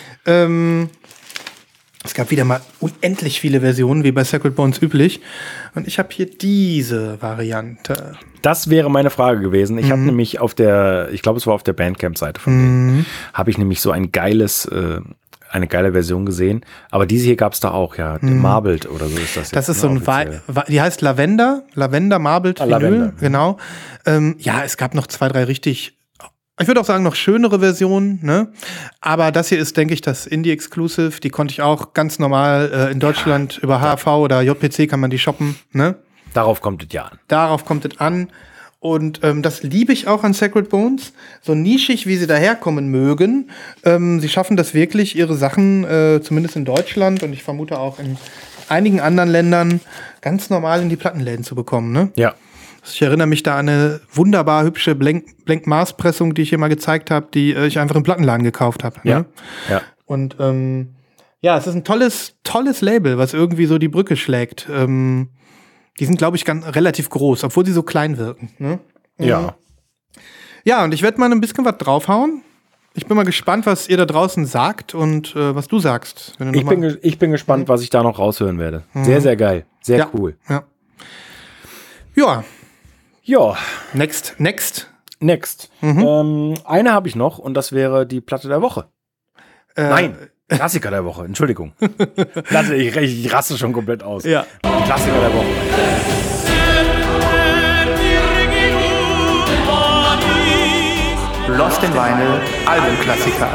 Es gab wieder mal unendlich viele Versionen, wie bei Sacred Bones üblich. Und ich habe hier diese Variante. Das wäre meine Frage gewesen. Ich habe nämlich ich glaube, es war auf der Bandcamp-Seite von denen, habe ich nämlich so eine geile Version gesehen. Aber diese hier gab es da auch, ja. Marbled oder so ist das jetzt. Das ist so ein die heißt Lavender Marbled Vinyl, Lavender. Genau. Ja, es gab noch 2, 3 richtig, ich würde auch sagen, noch schönere Versionen, ne? Aber das hier ist, denke ich, das Indie-Exclusive. Die konnte ich auch ganz normal in Deutschland über HV oder JPC kann man die shoppen, ne? Darauf kommt es ja an. Darauf kommt es an. Und das liebe ich auch an Sacred Bones. So nischig, wie sie daherkommen mögen. Sie schaffen das wirklich, ihre Sachen, zumindest in Deutschland und ich vermute auch in einigen anderen Ländern, ganz normal in die Plattenläden zu bekommen, ne? Ja. Ich erinnere mich da an eine wunderbar hübsche Blank-Maß-Pressung, die ich hier mal gezeigt habe, die ich einfach im Plattenladen gekauft habe. Ne? Ja. Und es ist ein tolles Label, was irgendwie so die Brücke schlägt. Die sind, glaube ich, relativ groß, obwohl sie so klein wirken. Ne? Ja. Ja, und ich werde mal ein bisschen was draufhauen. Ich bin mal gespannt, was ihr da draußen sagt und was du sagst. Wenn du ich bin gespannt, was ich da noch raushören werde. Sehr, sehr geil. Sehr cool. Ja. Next. Eine habe ich noch und das wäre die Platte der Woche. Nein, Klassiker der Woche, Entschuldigung. Ich raste schon komplett aus. Ja. Klassiker der Woche. Lost in Vinyl, Albumklassiker.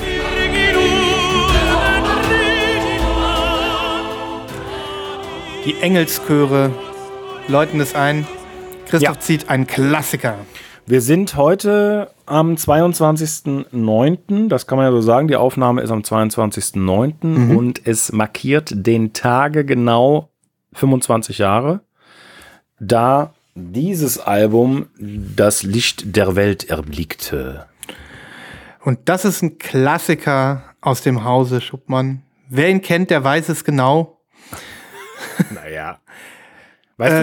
Die Engelschöre läuten es ein. Christoph zieht einen Klassiker. Wir sind heute am 22.09., das kann man ja so sagen, die Aufnahme ist am 22.09. Und es markiert den Tage genau 25 Jahre, da dieses Album das Licht der Welt erblickte. Und das ist ein Klassiker aus dem Hause Schuppmann. Wer ihn kennt, der weiß es genau. Naja. Weißt du's?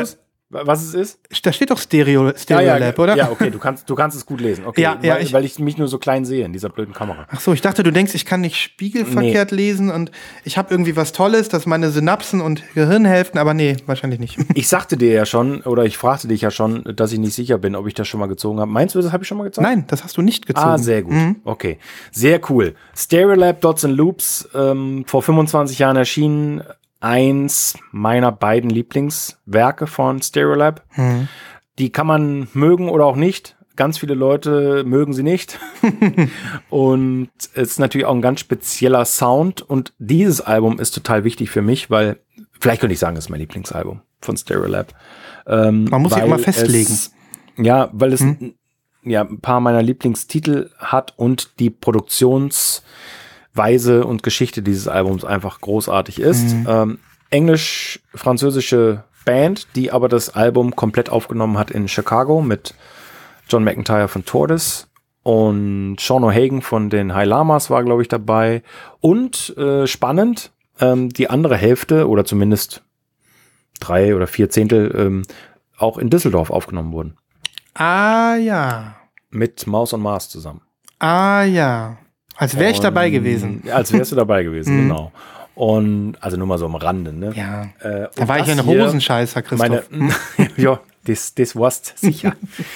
Was es ist? Da steht doch Stereo Lab, oder? Ja, okay, du kannst es gut lesen. Okay, weil ich mich nur so klein sehe in dieser blöden Kamera. Ach so, ich dachte, du denkst, ich kann nicht spiegelverkehrt lesen und ich habe irgendwie was Tolles, dass meine Synapsen und Gehirnhälften, aber nee, wahrscheinlich nicht. Ich sagte dir ja schon, oder ich fragte dich ja schon, dass ich nicht sicher bin, ob ich das schon mal gezogen habe. Meinst du, das habe ich schon mal gezogen? Nein, das hast du nicht gezogen. Sehr gut. Okay, sehr cool. Stereolab Dots and Loops, vor 25 Jahren erschienen. Eins meiner beiden Lieblingswerke von Stereolab. Die kann man mögen oder auch nicht. Ganz viele Leute mögen sie nicht. Und es ist natürlich auch ein ganz spezieller Sound. Und dieses Album ist total wichtig für mich, weil, vielleicht könnte ich sagen, es ist mein Lieblingsalbum von Stereolab. Man muss sich immer festlegen. Weil es ein paar meiner Lieblingstitel hat und die Produktionsweise und Geschichte dieses Albums einfach großartig ist. Englisch-französische Band, die aber das Album komplett aufgenommen hat in Chicago mit John McEntire von Tortoise und Sean O'Hagan von den High Llamas war, glaube ich, dabei. Und spannend, die andere Hälfte oder zumindest 3 oder 4 Zehntel auch in Düsseldorf aufgenommen wurden. Ah ja. Mit Maus und Mars zusammen. Ah ja. Als wäre ich dabei gewesen. Als wärst du dabei gewesen, genau. Und also nur mal so am Rande, ne? Ja. Da war ich ja ein Hosenscheißer, Christoph. Ja, das warst sicher.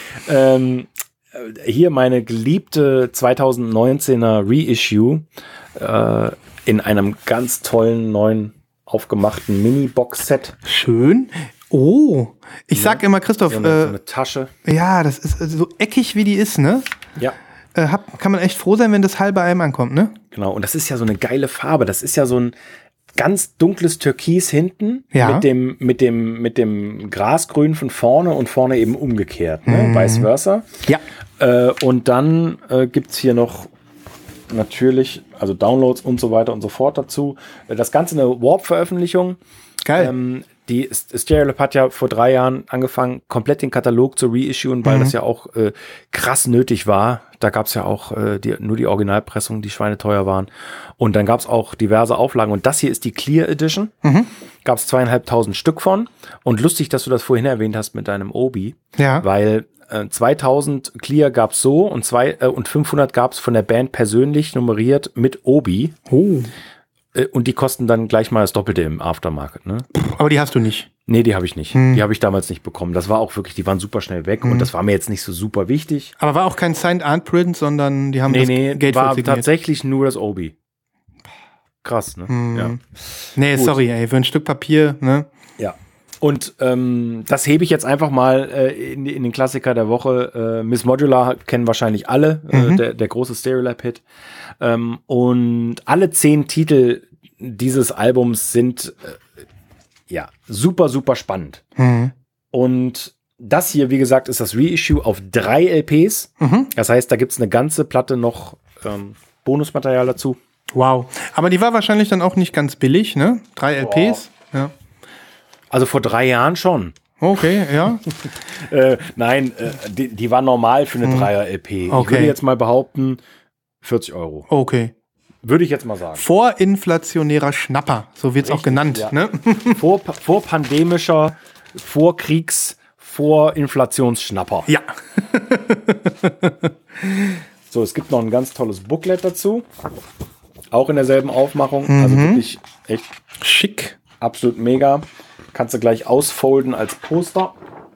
Hier meine geliebte 2019er Reissue in einem ganz tollen neuen aufgemachten Mini-Box-Set. Schön. Oh, ich sag immer, Christoph. So eine Tasche. Ja, das ist so eckig, wie die ist, ne? Ja. Kann man echt froh sein, wenn das halbe einem ankommt, ne? Genau, und das ist ja so eine geile Farbe. Das ist ja so ein ganz dunkles Türkis hinten mit dem Grasgrün von vorne und vorne eben umgekehrt, ne? Vice versa. Ja. Und dann gibt's hier noch natürlich, also Downloads und so weiter und so fort dazu. Das Ganze eine Warp-Veröffentlichung. Geil. Die Stereolab hat ja vor 3 Jahren angefangen, komplett den Katalog zu reissuen, weil das ja auch krass nötig war. Da gab es ja auch nur die Originalpressungen, die schweineteuer waren. Und dann gab es auch diverse Auflagen. Und das hier ist die Clear Edition. Gab es 2.500 Stück von. Und lustig, dass du das vorhin erwähnt hast mit deinem Obi. Ja. Weil 2000 Clear gab es so und 500 gab es von der Band persönlich nummeriert mit Obi. Oh. Und die kosten dann gleich mal das Doppelte im Aftermarket, ne? Aber die hast du nicht. Nee, die habe ich nicht. Die habe ich damals nicht bekommen. Das war auch wirklich, die waren super schnell weg und das war mir jetzt nicht so super wichtig. Aber war auch kein Signed Art Print, sondern die haben das Geld war signiert. Tatsächlich nur das Obi. Krass, ne? Ja. Nee, gut. Sorry, ey, für ein Stück Papier, ne? Ja. Und das hebe ich jetzt einfach mal in den Klassiker der Woche. Miss Modular kennen wahrscheinlich alle, der große Stereolab-Hit. Und alle 10 Titel dieses Albums sind super, super spannend. Und das hier, wie gesagt, ist das Reissue auf 3 LPs. Das heißt, da gibt es eine ganze Platte noch Bonusmaterial dazu. Wow. Aber die war wahrscheinlich dann auch nicht ganz billig, ne? 3 LPs. Ja. Also vor 3 Jahren schon. Okay, ja. Nein, die war normal für eine 3er-LP. Okay. Ich würde jetzt mal behaupten, 40 €. Okay. Würde ich jetzt mal sagen. Vorinflationärer Schnapper, so wird es auch genannt. Ja. Ne? Vorpandemischer, Vorkriegs-, Vorinflationsschnapper. Ja. So, es gibt noch ein ganz tolles Booklet dazu. Auch in derselben Aufmachung. Also wirklich echt schick. Absolut mega. Kannst du gleich ausfolden als Poster.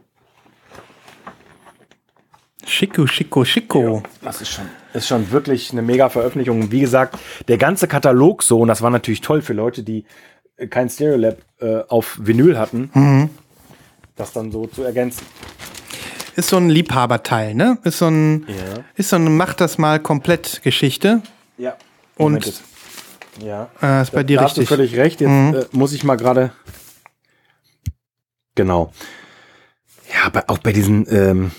Schicko. Ja, das ist schon wirklich eine mega Veröffentlichung. Wie gesagt, der ganze Katalog so, und das war natürlich toll für Leute, die kein Stereolab auf Vinyl hatten, das dann so zu ergänzen. Ist so ein Liebhaberteil, ne? Ist so ein Mach das mal komplett Geschichte. Ja. Und ist bei dir da richtig. Hast du völlig recht. Jetzt muss ich mal gerade. Genau. Ja, auch bei diesen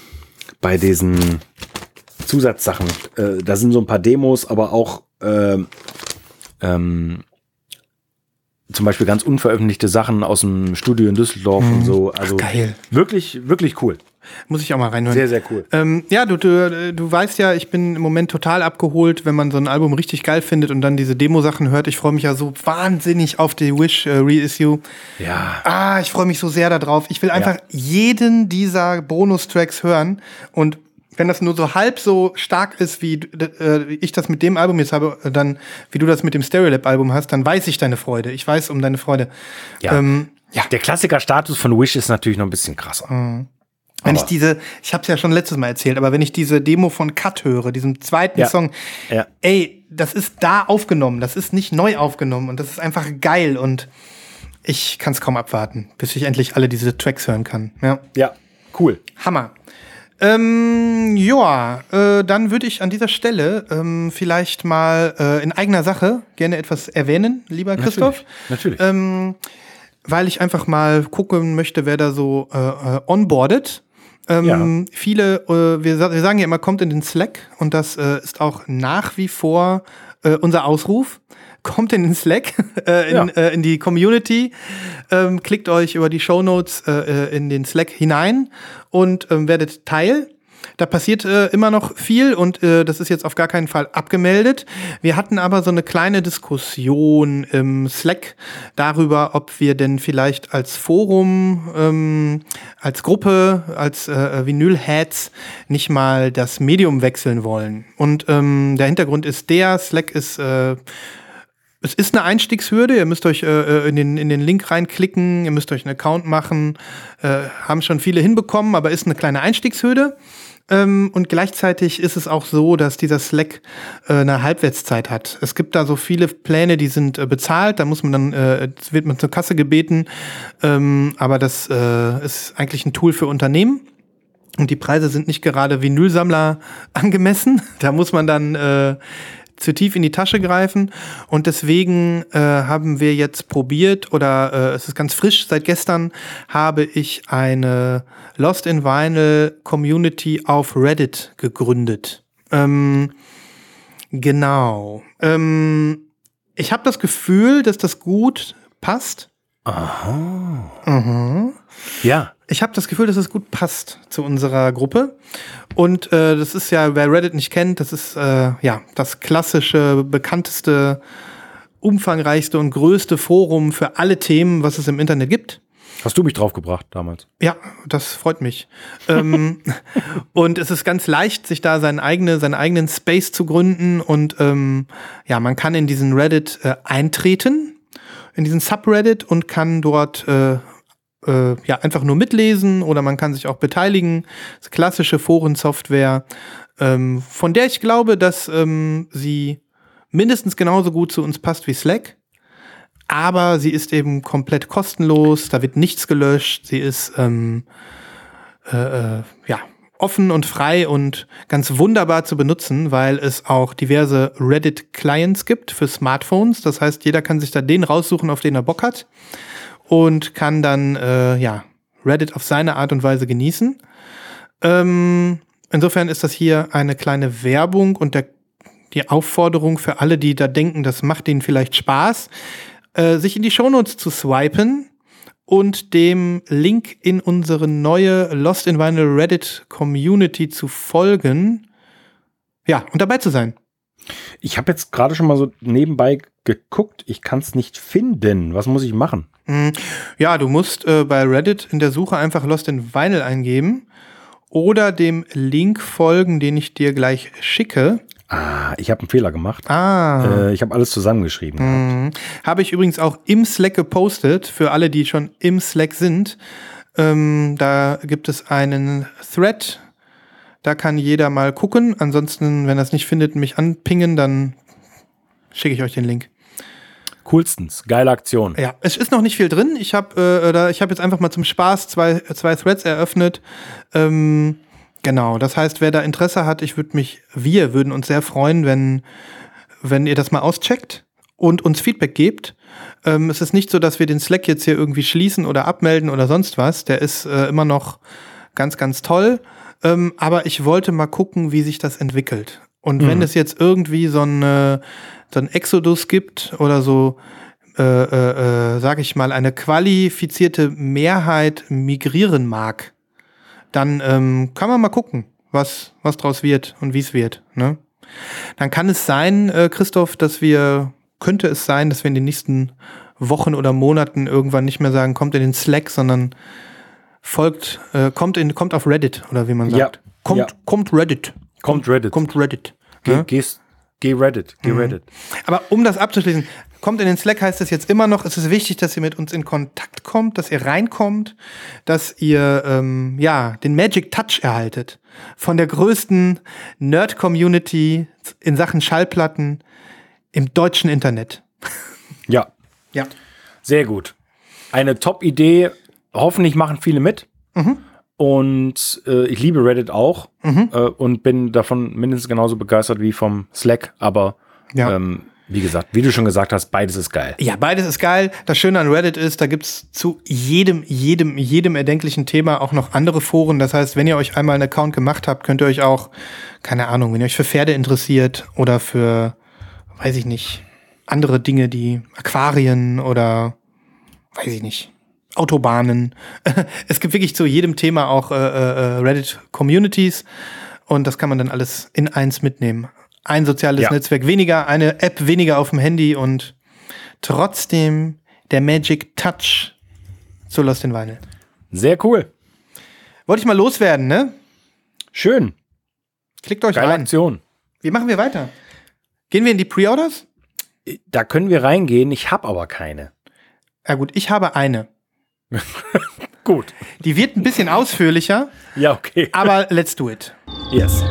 Zusatzsachen. Da sind so ein paar Demos, aber auch zum Beispiel ganz unveröffentlichte Sachen aus dem Studio in Düsseldorf und so. Also geil. wirklich, wirklich cool. Muss ich auch mal reinhören. Sehr, sehr cool. Ja, du weißt ja, ich bin im Moment total abgeholt, wenn man so ein Album richtig geil findet und dann diese Demo-Sachen hört. Ich freue mich ja so wahnsinnig auf die Wish Reissue. Ja. Ich freue mich so sehr darauf. Ich will einfach jeden dieser Bonustracks hören und wenn das nur so halb so stark ist, wie ich das mit dem Album jetzt habe, dann wie du das mit dem Stereolab-Album hast, dann weiß ich deine Freude. Ich weiß um deine Freude. Ja. Der Klassiker-Status von Wish ist natürlich noch ein bisschen krasser. Wenn ich habe es ja schon letztes Mal erzählt, aber wenn ich diese Demo von Cut höre, diesem zweiten Song, ey, das ist da aufgenommen, das ist nicht neu aufgenommen und das ist einfach geil und ich kann es kaum abwarten, bis ich endlich alle diese Tracks hören kann. Ja, cool. Hammer. Dann würde ich an dieser Stelle vielleicht mal in eigener Sache gerne etwas erwähnen, lieber Christoph. Natürlich. Weil ich einfach mal gucken möchte, wer da so onboardet. Viele, wir sagen ja immer, kommt in den Slack und das ist auch nach wie vor unser Ausruf. Kommt in den Slack, in die Community, klickt euch über die Shownotes in den Slack hinein und werdet Teil. Da passiert immer noch viel und das ist jetzt auf gar keinen Fall abgemeldet. Wir hatten aber so eine kleine Diskussion im Slack darüber, ob wir denn vielleicht als Forum, als Gruppe, als Vinyl-Heads nicht mal das Medium wechseln wollen. Und der Hintergrund ist Slack ist es ist eine Einstiegshürde, ihr müsst euch in den Link reinklicken, ihr müsst euch einen Account machen, haben schon viele hinbekommen, aber ist eine kleine Einstiegshürde. Und gleichzeitig ist es auch so, dass dieser Slack eine Halbwertszeit hat. Es gibt da so viele Pläne, die sind bezahlt, da muss man dann, wird man zur Kasse gebeten, aber das ist eigentlich ein Tool für Unternehmen. Und die Preise sind nicht gerade Vinylsammler angemessen. Da muss man dann zu tief in die Tasche greifen und deswegen haben wir jetzt probiert oder es ist ganz frisch, seit gestern habe ich eine Lost in Vinyl Community auf Reddit gegründet. Genau. Ich habe das Gefühl, dass das gut passt. Aha. Ja. Ich habe das Gefühl, dass es gut passt zu unserer Gruppe. Und das ist ja, wer Reddit nicht kennt, das ist das klassische, bekannteste, umfangreichste und größte Forum für alle Themen, was es im Internet gibt. Hast du mich draufgebracht damals? Ja, das freut mich. Und es ist ganz leicht, sich da seinen eigenen Space zu gründen. Und man kann in diesen Reddit eintreten, in diesen Subreddit und kann dort einfach nur mitlesen oder man kann sich auch beteiligen. Das ist klassische Forensoftware, von der ich glaube, dass sie mindestens genauso gut zu uns passt wie Slack. Aber sie ist eben komplett kostenlos, da wird nichts gelöscht. Sie ist offen und frei und ganz wunderbar zu benutzen, weil es auch diverse Reddit-Clients gibt für Smartphones. Das heißt, jeder kann sich da den raussuchen, auf den er Bock hat. Und kann dann Reddit auf seine Art und Weise genießen. Insofern ist das hier eine kleine Werbung und die Aufforderung für alle, die da denken, das macht ihnen vielleicht Spaß, sich in die Shownotes zu swipen und dem Link in unsere neue Lost in Vinyl Reddit Community zu folgen. Ja, und dabei zu sein. Ich habe jetzt gerade schon mal so nebenbei geguckt. Ich kann es nicht finden. Was muss ich machen? Ja, du musst bei Reddit in der Suche einfach Lost in Vinyl eingeben oder dem Link folgen, den ich dir gleich schicke. Ich habe einen Fehler gemacht. Ich habe alles zusammengeschrieben. Habe ich übrigens auch im Slack gepostet, für alle, die schon im Slack sind. Da gibt es einen Thread, da kann jeder mal gucken. Ansonsten, wenn er es nicht findet, mich anpingen, dann schicke ich euch den Link. Coolstens, geile Aktion. Ja, es ist noch nicht viel drin. Ich habe jetzt einfach mal zum Spaß zwei Threads eröffnet. Genau, das heißt, wer da Interesse hat, wir würden uns sehr freuen, wenn ihr das mal auscheckt und uns Feedback gebt. Es ist nicht so, dass wir den Slack jetzt hier irgendwie schließen oder abmelden oder sonst was. Der ist immer noch ganz, ganz toll. Aber ich wollte mal gucken, wie sich das entwickelt. Und wenn es jetzt irgendwie so ein Exodus gibt oder so, sag ich mal, eine qualifizierte Mehrheit migrieren mag, dann kann man mal gucken, was draus wird und wie es wird. Ne? Dann kann es sein, Christoph, könnte es sein, dass wir in den nächsten Wochen oder Monaten irgendwann nicht mehr sagen, kommt in den Slack, sondern kommt auf Reddit, oder wie man sagt. Kommt Reddit. Kommt Reddit. Kommt Reddit. Geh Reddit. Aber um das abzuschließen, kommt in den Slack heißt es jetzt immer noch, es ist wichtig, dass ihr mit uns in Kontakt kommt, dass ihr reinkommt, dass ihr den Magic Touch erhaltet von der größten Nerd-Community in Sachen Schallplatten im deutschen Internet. Ja. Sehr gut. Eine Top-Idee. Hoffentlich machen viele mit. Und ich liebe Reddit auch und bin davon mindestens genauso begeistert wie vom Slack. Aber wie gesagt, wie du schon gesagt hast, beides ist geil. Ja, beides ist geil. Das Schöne an Reddit ist, da gibt's zu jedem erdenklichen Thema auch noch andere Foren. Das heißt, wenn ihr euch einmal einen Account gemacht habt, könnt ihr euch auch, keine Ahnung, wenn ihr euch für Pferde interessiert oder für, weiß ich nicht, andere Dinge, die Aquarien oder, weiß ich nicht, Autobahnen. Es gibt wirklich zu jedem Thema auch Reddit-Communities und das kann man dann alles in eins mitnehmen. Ein soziales Netzwerk weniger, eine App weniger auf dem Handy und trotzdem der Magic Touch zu Lost in Vinyl. Sehr cool. Wollte ich mal loswerden, ne? Schön. Klickt euch Geile rein. Aktion. Wie machen wir weiter? Gehen wir in die Pre-Orders? Da können wir reingehen, ich habe aber keine. Ja gut, ich habe eine. Gut. Die wird ein bisschen ausführlicher. Ja, okay. Aber let's do it. Yes.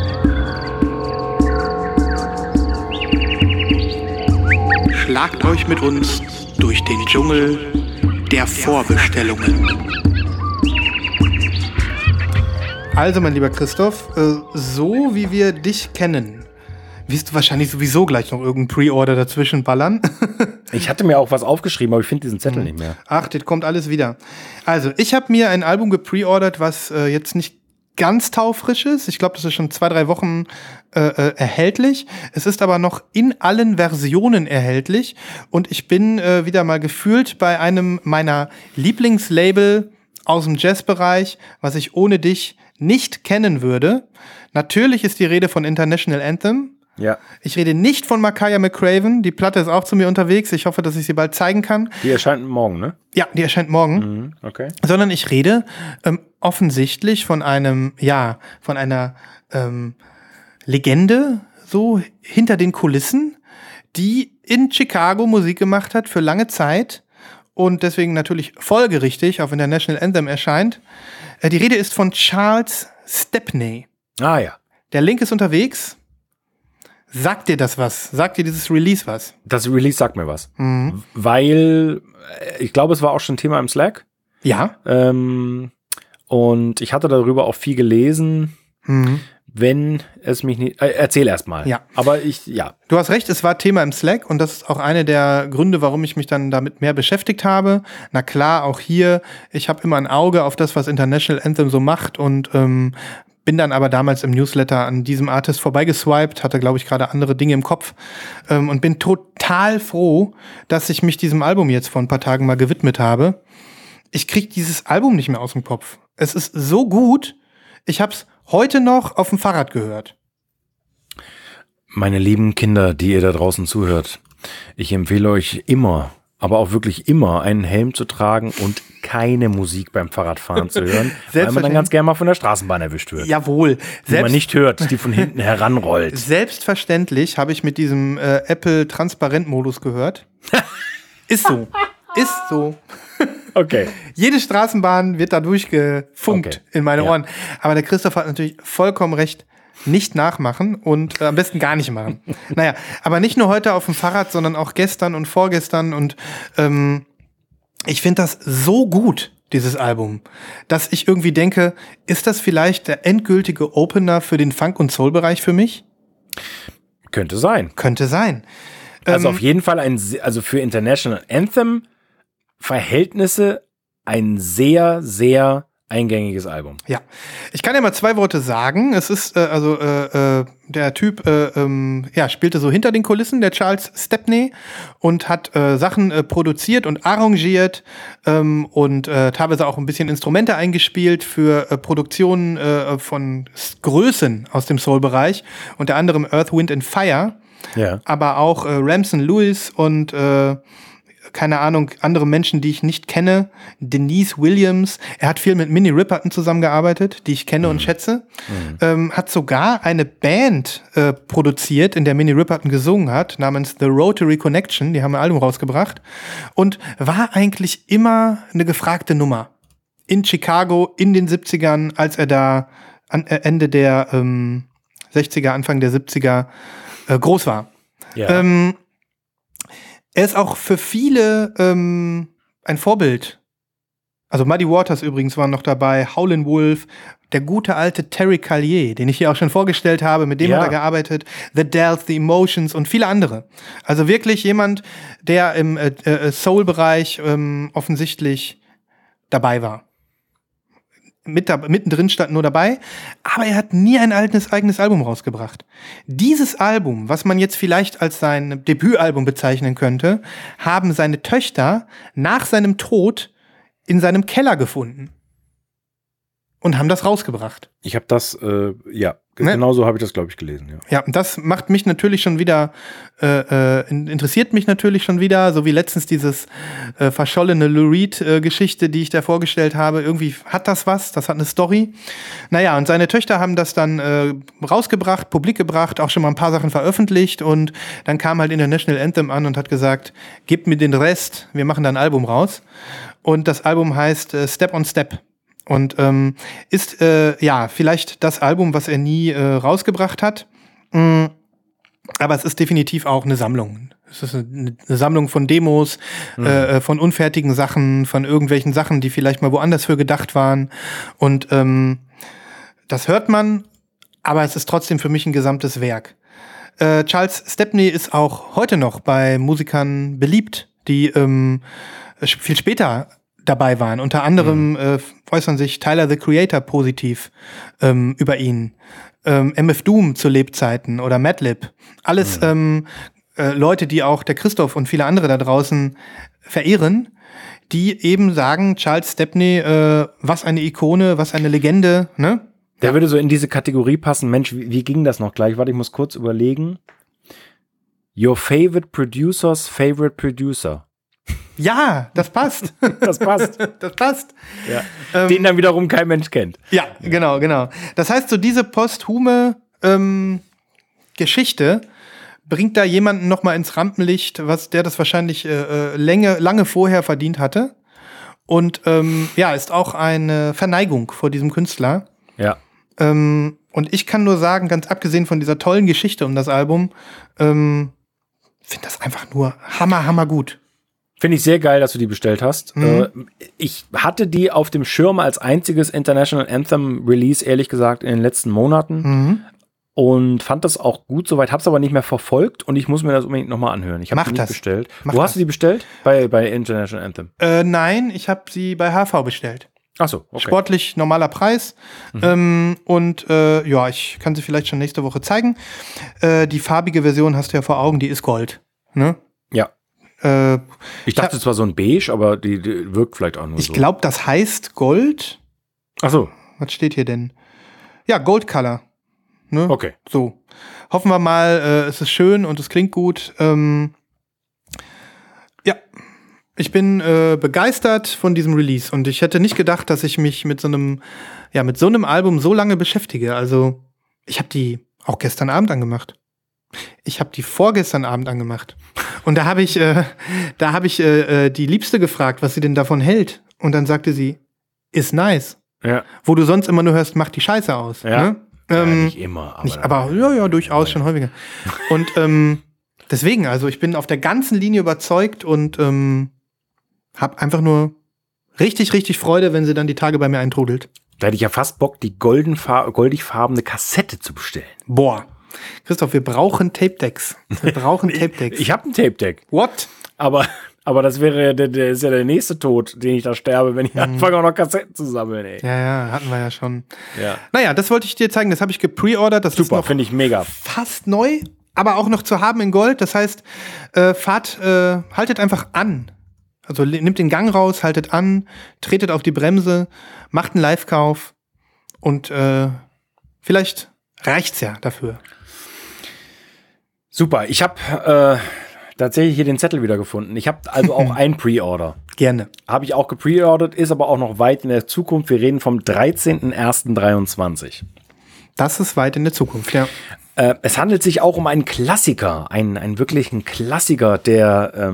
Schlagt euch mit uns durch den Dschungel der Vorbestellungen. Also, mein lieber Christoph, so wie wir dich kennen, wirst du wahrscheinlich sowieso gleich noch irgendeinen Pre-Order dazwischen ballern. Ich hatte mir auch was aufgeschrieben, aber ich finde diesen Zettel nicht mehr. Ach, das kommt alles wieder. Also, ich habe mir ein Album gepreordert, was jetzt nicht ganz taufrisch ist. Ich glaube, das ist schon 2-3 Wochen erhältlich. Es ist aber noch in allen Versionen erhältlich. Und ich bin wieder mal gefühlt bei einem meiner Lieblingslabel aus dem Jazzbereich, was ich ohne dich nicht kennen würde. Natürlich ist die Rede von International Anthem. Ja. Ich rede nicht von Makaya McCraven. Die Platte ist auch zu mir unterwegs. Ich hoffe, dass ich sie bald zeigen kann. Die erscheint morgen, ne? Ja, die erscheint morgen. Okay. Sondern ich rede offensichtlich von einer Legende, so hinter den Kulissen, die in Chicago Musik gemacht hat für lange Zeit und deswegen natürlich folgerichtig auf International Anthem erscheint. Die Rede ist von Charles Stepney. Ah ja. Der Link ist unterwegs. Sagt dir das was? Sagt dir dieses Release was? Das Release sagt mir was. Weil, ich glaube, es war auch schon Thema im Slack. Ja. Und ich hatte darüber auch viel gelesen. Wenn es mich nicht... erzähl erst mal. Ja. Aber Du hast recht, es war Thema im Slack und das ist auch einer der Gründe, warum ich mich dann damit mehr beschäftigt habe. Na klar, auch hier, ich habe immer ein Auge auf das, was International Anthem so macht und bin dann aber damals im Newsletter an diesem Artist vorbeigeswiped, hatte, glaube ich, gerade andere Dinge im Kopf und bin total froh, dass ich mich diesem Album jetzt vor ein paar Tagen mal gewidmet habe. Ich krieg dieses Album nicht mehr aus dem Kopf. Es ist so gut, ich hab's heute noch auf dem Fahrrad gehört. Meine lieben Kinder, die ihr da draußen zuhört, ich empfehle euch immer, aber auch wirklich immer, einen Helm zu tragen und keine Musik beim Fahrradfahren zu hören, weil man dann ganz gerne mal von der Straßenbahn erwischt wird. Jawohl. Die man nicht hört, die von hinten heranrollt. Selbstverständlich habe ich mit diesem Apple-Transparent-Modus gehört. Ist so. Ist so. Okay. Jede Straßenbahn wird da durchgefunkt in meine Ohren. Aber der Christoph hat natürlich vollkommen recht. Nicht nachmachen und am besten gar nicht machen. Naja, aber nicht nur heute auf dem Fahrrad, sondern auch gestern und vorgestern. Und ich finde das so gut, dieses Album, dass ich irgendwie denke, ist das vielleicht der endgültige Opener für den Funk- und Soul-Bereich für mich? Könnte sein. Könnte sein. Also auf jeden Fall also für International Anthem Verhältnisse ein sehr, sehr eingängiges Album. Ja, ich kann ja mal 2 Worte sagen. Es ist, der Typ spielte so hinter den Kulissen, der Charles Stepney, und hat Sachen produziert und arrangiert und teilweise auch ein bisschen Instrumente eingespielt für Produktionen von Größen aus dem Soul-Bereich, unter anderem Earth, Wind and Fire, aber auch Ramson Lewis und keine Ahnung, andere Menschen, die ich nicht kenne. Denise Williams. Er hat viel mit Minnie Riperton zusammengearbeitet, die ich kenne und schätze. Hat sogar eine Band produziert, in der Minnie Riperton gesungen hat, namens The Rotary Connection. Die haben ein Album rausgebracht. Und war eigentlich immer eine gefragte Nummer. In Chicago, in den 70ern, als er da Ende der 60er, Anfang der 70er groß war. Ja. Er ist auch für viele ein Vorbild. Also Muddy Waters übrigens waren noch dabei, Howlin' Wolf, der gute alte Terry Callier, den ich hier auch schon vorgestellt habe, mit dem hat er gearbeitet, The Dells, The Emotions und viele andere. Also wirklich jemand, der im Soul-Bereich offensichtlich dabei war. Mittendrin stand nur dabei, aber er hat nie ein eigenes Album rausgebracht. Dieses Album, was man jetzt vielleicht als sein Debütalbum bezeichnen könnte, haben seine Töchter nach seinem Tod in seinem Keller gefunden und haben das rausgebracht. Ich habe das, genau so habe ich das, glaube ich, gelesen. Ja, und das macht mich natürlich schon wieder, interessiert mich natürlich schon wieder, so wie letztens dieses verschollene Lou Reed-Geschichte, die ich da vorgestellt habe. Irgendwie hat das was, das hat eine Story. Naja, und seine Töchter haben das dann rausgebracht, publik gebracht, auch schon mal ein paar Sachen veröffentlicht, und dann kam halt International Anthem an und hat gesagt, gebt mir den Rest, wir machen da ein Album raus. Und das Album heißt Step on Step. Und ist vielleicht das Album, was er nie rausgebracht hat. Aber es ist definitiv auch eine Sammlung. Es ist eine Sammlung von Demos, von unfertigen Sachen, von irgendwelchen Sachen, die vielleicht mal woanders für gedacht waren. Und das hört man, aber es ist trotzdem für mich ein gesamtes Werk. Charles Stepney ist auch heute noch bei Musikern beliebt, die viel später dabei waren. Unter anderem äußern sich Tyler, the Creator, positiv über ihn. MF Doom zu Lebzeiten oder Madlib. Alles Leute, die auch der Christoph und viele andere da draußen verehren, die eben sagen, Charles Stepney, was eine Ikone, was eine Legende, ne? Der würde so in diese Kategorie passen. Mensch, wie ging das noch gleich? Warte, ich muss kurz überlegen. Your favorite producer's favorite producer. Ja, das passt. Das passt. Das passt. Ja. Den dann wiederum kein Mensch kennt. Ja, genau. Das heißt, so diese posthume Geschichte bringt da jemanden noch mal ins Rampenlicht, der das wahrscheinlich lange vorher verdient hatte. Und ist auch eine Verneigung vor diesem Künstler. Ja. Und ich kann nur sagen, ganz abgesehen von dieser tollen Geschichte um das Album, finde das einfach nur hammer gut. Finde ich sehr geil, dass du die bestellt hast. Ich hatte die auf dem Schirm als einziges International Anthem Release, ehrlich gesagt, in den letzten Monaten. Und fand das auch gut soweit, hab's aber nicht mehr verfolgt, und ich muss mir das unbedingt nochmal anhören. Ich habe die nicht bestellt. Wo hast du die bestellt? Bei International Anthem? Nein, ich habe sie bei HV bestellt. Ach so, okay. Sportlich normaler Preis. Ich kann sie vielleicht schon nächste Woche zeigen. Die farbige Version hast du ja vor Augen, die ist Gold. Ne? Ja. Ich dachte, es war so ein Beige, aber die wirkt vielleicht auch nur so. Ich glaube, das heißt Gold. Ach so. Was steht hier denn? Ja, Gold Color. Ne? Okay. So. Hoffen wir mal, es ist schön und es klingt gut. Ich bin begeistert von diesem Release, und ich hätte nicht gedacht, dass ich mich mit so einem Album so lange beschäftige. Also, ich habe die auch gestern Abend angemacht. Ich habe die vorgestern Abend angemacht. Und da habe ich die Liebste gefragt, was sie denn davon hält. Und dann sagte sie, ist nice. Ja. Wo du sonst immer nur hörst, macht die Scheiße aus. Ja. Ne? Nicht immer. Aber durchaus schon häufiger. Und deswegen, also ich bin auf der ganzen Linie überzeugt und habe einfach nur richtig Freude, wenn sie dann die Tage bei mir eintrudelt. Da hätte ich ja fast Bock, die goldig farbene Kassette zu bestellen. Boah. Christoph, wir brauchen Tape-Decks. Ich habe ein Tape-Deck. What? Aber Aber das wäre der ist ja der nächste Tod, den ich da sterbe, wenn ich anfange, auch noch Kassetten zu sammeln, ey. Ja, hatten wir ja schon. Ja. Naja, das wollte ich dir zeigen, das habe ich gepreordert. Das super, ist noch finde ich mega. Fast neu, aber auch noch zu haben in Gold. Das heißt, haltet einfach an. Also nimmt den Gang raus, haltet an, tretet auf die Bremse, macht einen Live-Kauf und vielleicht reicht's ja dafür. Super, ich habe tatsächlich hier den Zettel wieder gefunden. Ich habe also auch ein Pre-Order. Gerne. Habe ich auch gepreordert, ist aber auch noch weit in der Zukunft. Wir reden vom 13.01.23. Das ist weit in der Zukunft, ja. Es handelt sich auch um einen Klassiker, einen wirklichen Klassiker der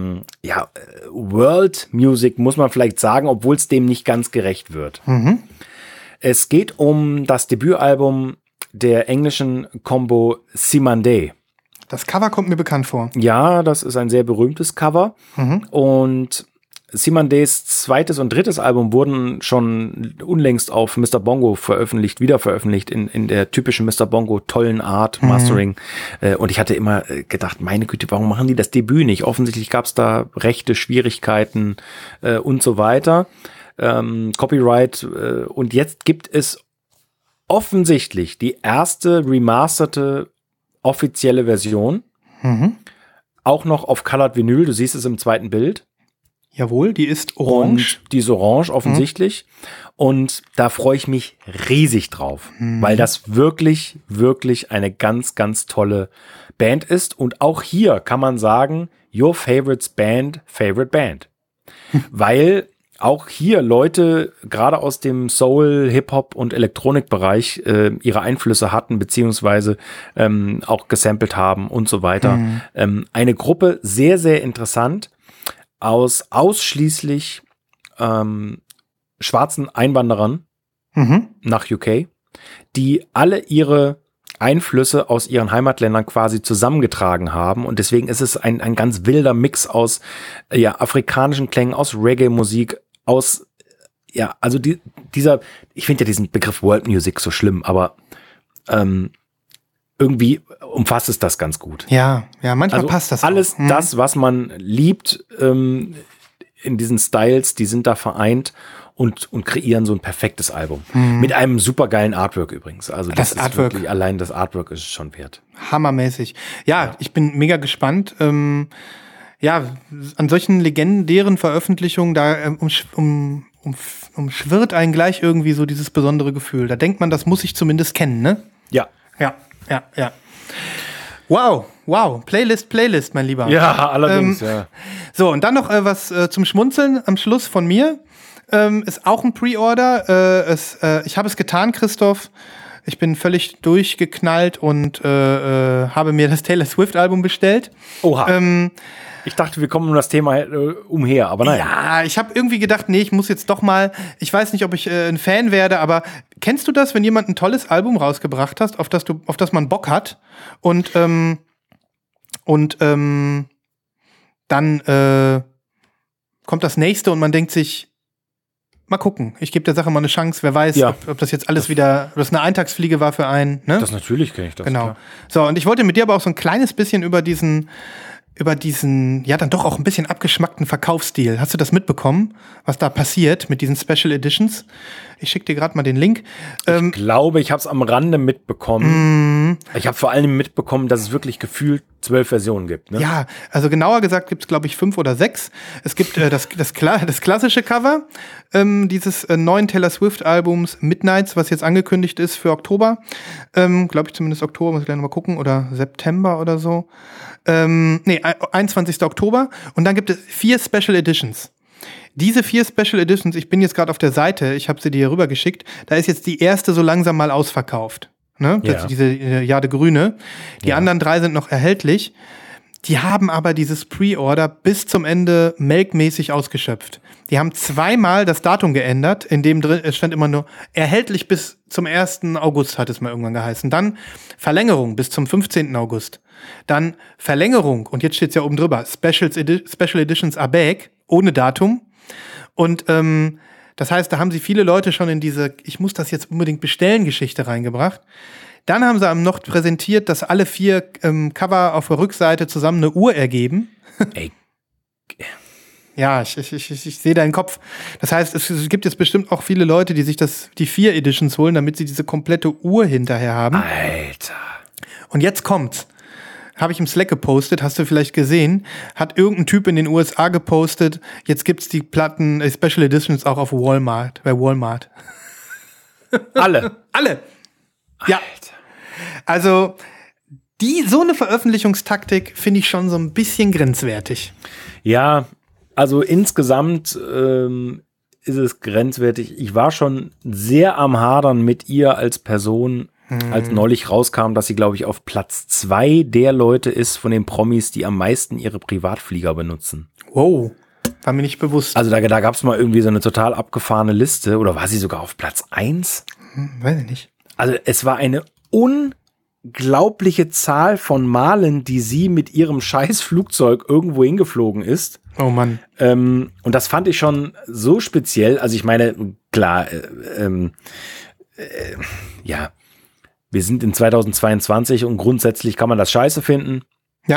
World Music, muss man vielleicht sagen, obwohl es dem nicht ganz gerecht wird. Es geht um das Debütalbum der englischen Combo Cymande. Das Cover kommt mir bekannt vor. Ja, das ist ein sehr berühmtes Cover. Und Cymandes zweites und drittes Album wurden schon unlängst auf Mr. Bongo wieder veröffentlicht in der typischen Mr. Bongo tollen Art, Mastering. Und ich hatte immer gedacht, meine Güte, warum machen die das Debüt nicht? Offensichtlich gab es da rechte Schwierigkeiten und so weiter. Copyright. Und jetzt gibt es offensichtlich die erste remasterte offizielle Version. Auch noch auf Colored Vinyl. Du siehst es im zweiten Bild. Jawohl, die ist orange. Und die ist orange offensichtlich. Und da freue ich mich riesig drauf, weil das wirklich, wirklich eine ganz, ganz tolle Band ist. Und auch hier kann man sagen, your favorites band, favorite band. Weil auch hier Leute gerade aus dem Soul, Hip-Hop und Elektronikbereich ihre Einflüsse hatten, beziehungsweise auch gesampelt haben und so weiter. Eine Gruppe sehr, sehr interessant aus ausschließlich schwarzen Einwanderern nach UK, die alle ihre Einflüsse aus ihren Heimatländern quasi zusammengetragen haben. Und deswegen ist es ein ganz wilder Mix aus afrikanischen Klängen, aus Reggae-Musik, aus, also dieser, ich finde ja diesen Begriff World Music so schlimm, aber irgendwie umfasst es das ganz gut. Ja, manchmal also passt das alles auch. Das, was man liebt in diesen Styles, die sind da vereint und kreieren so ein perfektes Album. Mit einem supergeilen Artwork übrigens. Also das ist Artwork. Wirklich, allein das Artwork ist schon wert. Hammermäßig. Ja, ich bin mega gespannt. An solchen legendären Veröffentlichungen, da umschwirrt einen gleich irgendwie so dieses besondere Gefühl. Da denkt man, das muss ich zumindest kennen, ne? Ja. Ja. Wow. Playlist, mein Lieber. Ja, allerdings, ja. So, und dann noch was zum Schmunzeln am Schluss von mir. Ist auch ein Pre-Order. Ich habe es getan, Christoph. Ich bin völlig durchgeknallt und habe mir das Taylor Swift-Album bestellt. Oha. Ich dachte, wir kommen um das Thema umher, aber nein. Ja, ich habe irgendwie gedacht, nee, ich muss jetzt doch mal, ich weiß nicht, ob ich ein Fan werde, aber kennst du das, wenn jemand ein tolles Album rausgebracht hast, auf das man Bock hat und dann kommt das nächste und man denkt sich, mal gucken, ich gebe der Sache mal eine Chance, wer weiß, ob das jetzt alles wieder, ob das eine Eintagsfliege war für einen. Ne? Das natürlich kenne ich das. Genau. Klar. So, und ich wollte mit dir aber auch so ein kleines bisschen über diesen, ja, dann doch auch ein bisschen abgeschmackten Verkaufsstil. Hast du das mitbekommen, was da passiert mit diesen Special Editions? Ich schicke dir gerade mal den Link. Ich glaube, ich habe es am Rande mitbekommen. Ich habe vor allem mitbekommen, dass es wirklich gefühlt 12 Versionen gibt. Ne? Ja, also genauer gesagt gibt es, glaube ich, 5 oder 6. Es gibt das klassische Cover dieses neuen Taylor Swift-Albums Midnights, was jetzt angekündigt ist für Oktober. Glaube ich zumindest Oktober, muss ich gleich noch mal gucken. Oder September oder so. 21. Oktober. Und dann gibt es 4 Special Editions. Diese 4 Special Editions, ich bin jetzt gerade auf der Seite, ich habe sie dir rübergeschickt, da ist jetzt die erste so langsam mal ausverkauft. Ne? Ja. Diese Jade Grüne. Die anderen 3 sind noch erhältlich. Die haben aber dieses Pre-Order bis zum Ende melkmäßig ausgeschöpft. Die haben 2-mal das Datum geändert, in dem drin, es stand immer nur erhältlich bis zum 1. August, hat es mal irgendwann geheißen. Dann Verlängerung bis zum 15. August. Dann Verlängerung, und jetzt steht es ja oben drüber, Special Editions are back, ohne Datum. Und das heißt, da haben sie viele Leute schon in diese ich muss das jetzt unbedingt bestellen Geschichte reingebracht. Dann haben sie einem noch präsentiert, dass alle 4 Cover auf der Rückseite zusammen eine Uhr ergeben. Ey. Ja, ich sehe deinen Kopf. Das heißt, es gibt jetzt bestimmt auch viele Leute, die sich die 4 Editions holen, damit sie diese komplette Uhr hinterher haben. Alter. Und jetzt kommt's. Habe ich im Slack gepostet, hast du vielleicht gesehen, hat irgendein Typ in den USA gepostet, jetzt gibt's die Platten, Special Editions auch auf Walmart, bei Walmart. Alle. Ja. Also, so eine Veröffentlichungstaktik finde ich schon so ein bisschen grenzwertig. Ja, also insgesamt ist es grenzwertig. Ich war schon sehr am Hadern mit ihr als Person, als neulich rauskam, dass sie, glaube ich, auf Platz 2 der Leute ist von den Promis, die am meisten ihre Privatflieger benutzen. Wow, war mir nicht bewusst. Also da gab es mal irgendwie so eine total abgefahrene Liste. Oder war sie sogar auf Platz 1? Weiß ich nicht. Also es war eine unglaubliche Zahl von Malen, die sie mit ihrem scheiß Flugzeug irgendwo hingeflogen ist. Oh Mann. Und das fand ich schon so speziell. Also ich meine, klar, ja, wir sind in 2022 und grundsätzlich kann man das scheiße finden. Ja.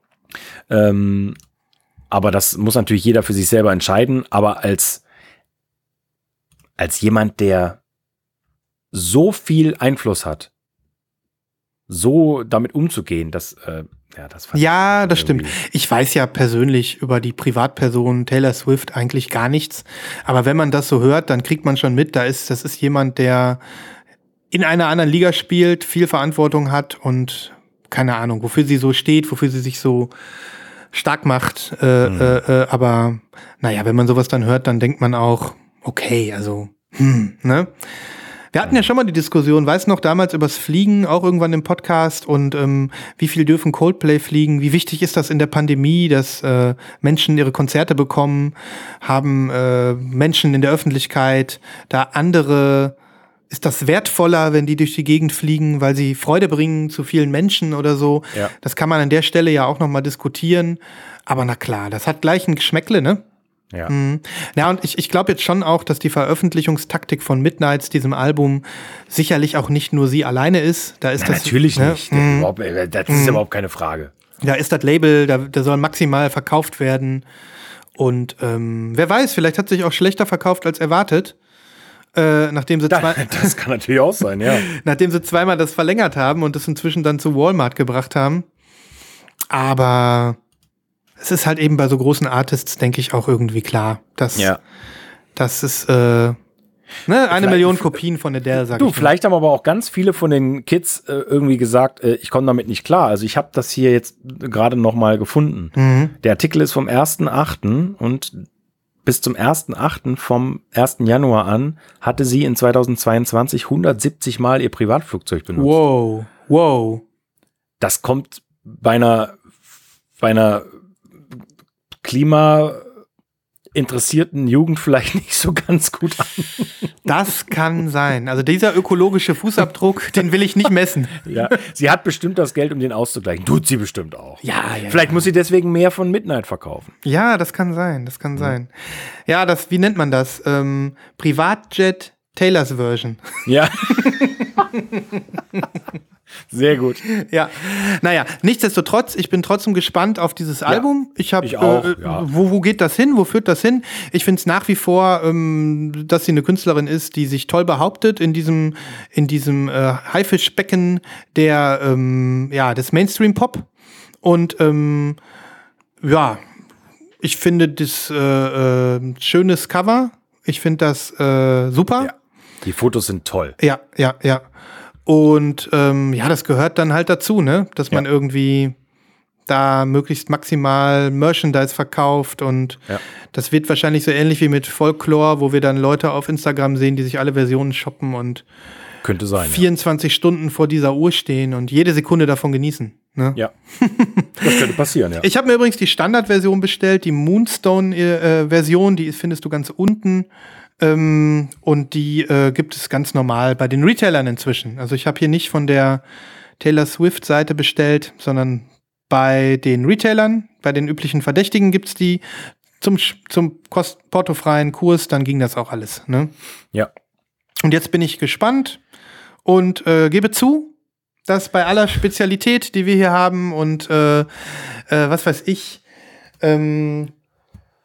Aber das muss natürlich jeder für sich selber entscheiden. Aber als jemand, der so viel Einfluss hat, so damit umzugehen, das stimmt. Ich weiß ja persönlich über die Privatperson Taylor Swift eigentlich gar nichts. Aber wenn man das so hört, dann kriegt man schon mit, das ist jemand, der in einer anderen Liga spielt, viel Verantwortung hat und keine Ahnung, wofür sie so steht, wofür sie sich so stark macht. Aber naja, wenn man sowas dann hört, dann denkt man auch, okay, also, ne? Wir hatten ja schon mal die Diskussion, weiß noch, damals übers Fliegen, auch irgendwann im Podcast und wie viel dürfen Coldplay fliegen, wie wichtig ist das in der Pandemie, dass Menschen ihre Konzerte bekommen, haben Menschen in der Öffentlichkeit da andere, ist das wertvoller, wenn die durch die Gegend fliegen, weil sie Freude bringen zu vielen Menschen oder so? Ja. Das kann man an der Stelle ja auch noch mal diskutieren, aber na klar, das hat gleich ein Geschmäckle, ne? Ja. Ja, und ich glaube jetzt schon auch, dass die Veröffentlichungstaktik von Midnights, diesem Album, sicherlich auch nicht nur sie alleine ist. Da ist das natürlich ne? nicht. Das ist überhaupt keine Frage. Da ist das Label, da soll maximal verkauft werden. Und wer weiß, vielleicht hat sich auch schlechter verkauft als erwartet. Nachdem sie das kann natürlich auch sein, ja. Nachdem sie zweimal das verlängert haben und das inzwischen dann zu Walmart gebracht haben. Aber es ist halt eben bei so großen Artists, denke ich, auch irgendwie klar, dass das ist eine Million Kopien von Adele, sag ich mal. Vielleicht haben aber auch ganz viele von den Kids irgendwie gesagt, ich komme damit nicht klar. Also ich habe das hier jetzt gerade noch mal gefunden. Der Artikel ist vom 1.8. und bis zum 1.8. vom 1. Januar an hatte sie in 2022 170 Mal ihr Privatflugzeug benutzt. Wow. Das kommt bei einer klimainteressierten Jugend vielleicht nicht so ganz gut an. Das kann sein. Also dieser ökologische Fußabdruck, den will ich nicht messen. Ja, sie hat bestimmt das Geld, um den auszugleichen. Tut sie bestimmt auch. Ja. Vielleicht muss sie deswegen mehr von Midnight verkaufen. Ja, das kann sein. Ja, wie nennt man das? Privatjet Taylors Version. Ja. Sehr gut. Ja, naja, nichtsdestotrotz, ich bin trotzdem gespannt auf dieses Album. Ich auch, wo geht das hin? Wo führt das hin? Ich finde es nach wie vor, dass sie eine Künstlerin ist, die sich toll behauptet in diesem Haifischbecken des Mainstream-Pop. Und ich finde das schönes Cover. Ich finde das super. Ja. Die Fotos sind toll. Ja. Und das gehört dann halt dazu, ne? Dass man irgendwie da möglichst maximal Merchandise verkauft und das wird wahrscheinlich so ähnlich wie mit Folklore, wo wir dann Leute auf Instagram sehen, die sich alle Versionen shoppen und könnte sein, 24 Stunden vor dieser Uhr stehen und jede Sekunde davon genießen. Ne? Ja, das könnte passieren, ja. Ich habe mir übrigens die Standardversion bestellt, die Moonstone-Version, die findest du ganz unten. Und die gibt es ganz normal bei den Retailern inzwischen. Also ich habe hier nicht von der Taylor Swift-Seite bestellt, sondern bei den Retailern, bei den üblichen Verdächtigen gibt's die zum portofreien Kurs, dann ging das auch alles. Ne? Ja. Und jetzt bin ich gespannt und gebe zu, dass bei aller Spezialität, die wir hier haben und was weiß ich,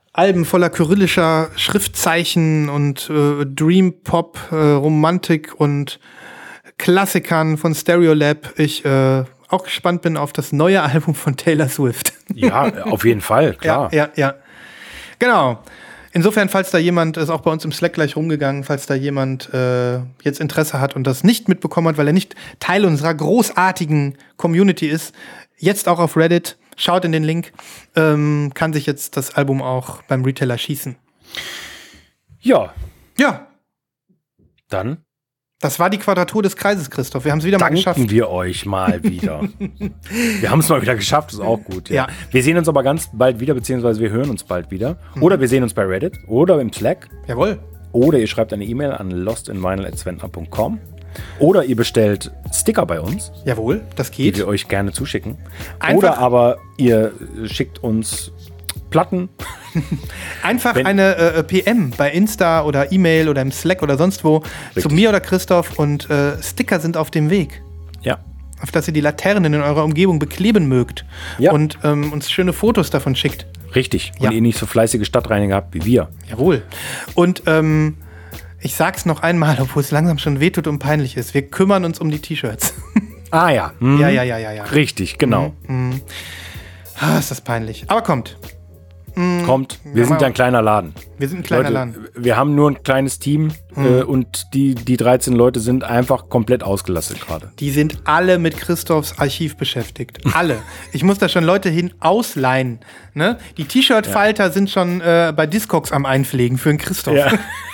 Alben voller kyrillischer Schriftzeichen und Dream Pop, Romantik und Klassikern von Stereolab. Ich auch gespannt bin auf das neue Album von Taylor Swift. Ja, auf jeden Fall, klar. Ja. Genau. Insofern, falls da jemand, ist auch bei uns im Slack gleich rumgegangen, falls da jemand jetzt Interesse hat und das nicht mitbekommen hat, weil er nicht Teil unserer großartigen Community ist, jetzt auch auf Reddit, schaut in den Link, kann sich jetzt das Album auch beim Retailer schießen. Ja. Ja. Dann. Das war die Quadratur des Kreises, Christoph. Wir haben es wieder mal geschafft. Danken wir euch mal wieder. Wir haben es mal wieder geschafft, ist auch gut. Ja. Wir sehen uns aber ganz bald wieder, beziehungsweise wir hören uns bald wieder. Oder wir sehen uns bei Reddit oder im Slack. Jawohl. Oder ihr schreibt eine E-Mail an lostinvinyl@sventner.com. Oder ihr bestellt Sticker bei uns. Jawohl, das geht. Die wir euch gerne zuschicken. Einfach oder aber ihr schickt uns Platten. Einfach eine PM bei Insta oder E-Mail oder im Slack oder sonst wo zu mir oder Christoph und Sticker sind auf dem Weg. Ja. Auf dass ihr die Laternen in eurer Umgebung bekleben mögt. Ja. Und uns schöne Fotos davon schickt. Richtig. Und ihr nicht so fleißige Stadtreiniger habt wie wir. Jawohl. Und ich sag's noch einmal, obwohl es langsam schon wehtut und peinlich ist. Wir kümmern uns um die T-Shirts. Ah ja. Ja. Richtig, genau. Ist das peinlich. Aber kommt. Kommt. Wir sind ja ein kleiner Laden. Wir sind ein kleiner Leute, Laden. Wir haben nur ein kleines Team und die 13 Leute sind einfach komplett ausgelastet gerade. Die sind alle mit Christophs Archiv beschäftigt. Alle. Ich muss da schon Leute hin ausleihen. Ne? Die T-Shirt-Falter sind schon bei Discogs am Einpflegen für den Christoph. Ja.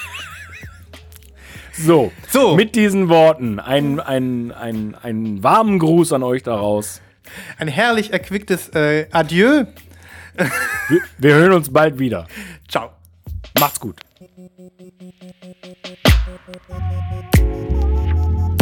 So, mit diesen Worten einen warmen Gruß an euch daraus. Ein herrlich erquicktes Adieu. Wir hören uns bald wieder. Ciao. Macht's gut.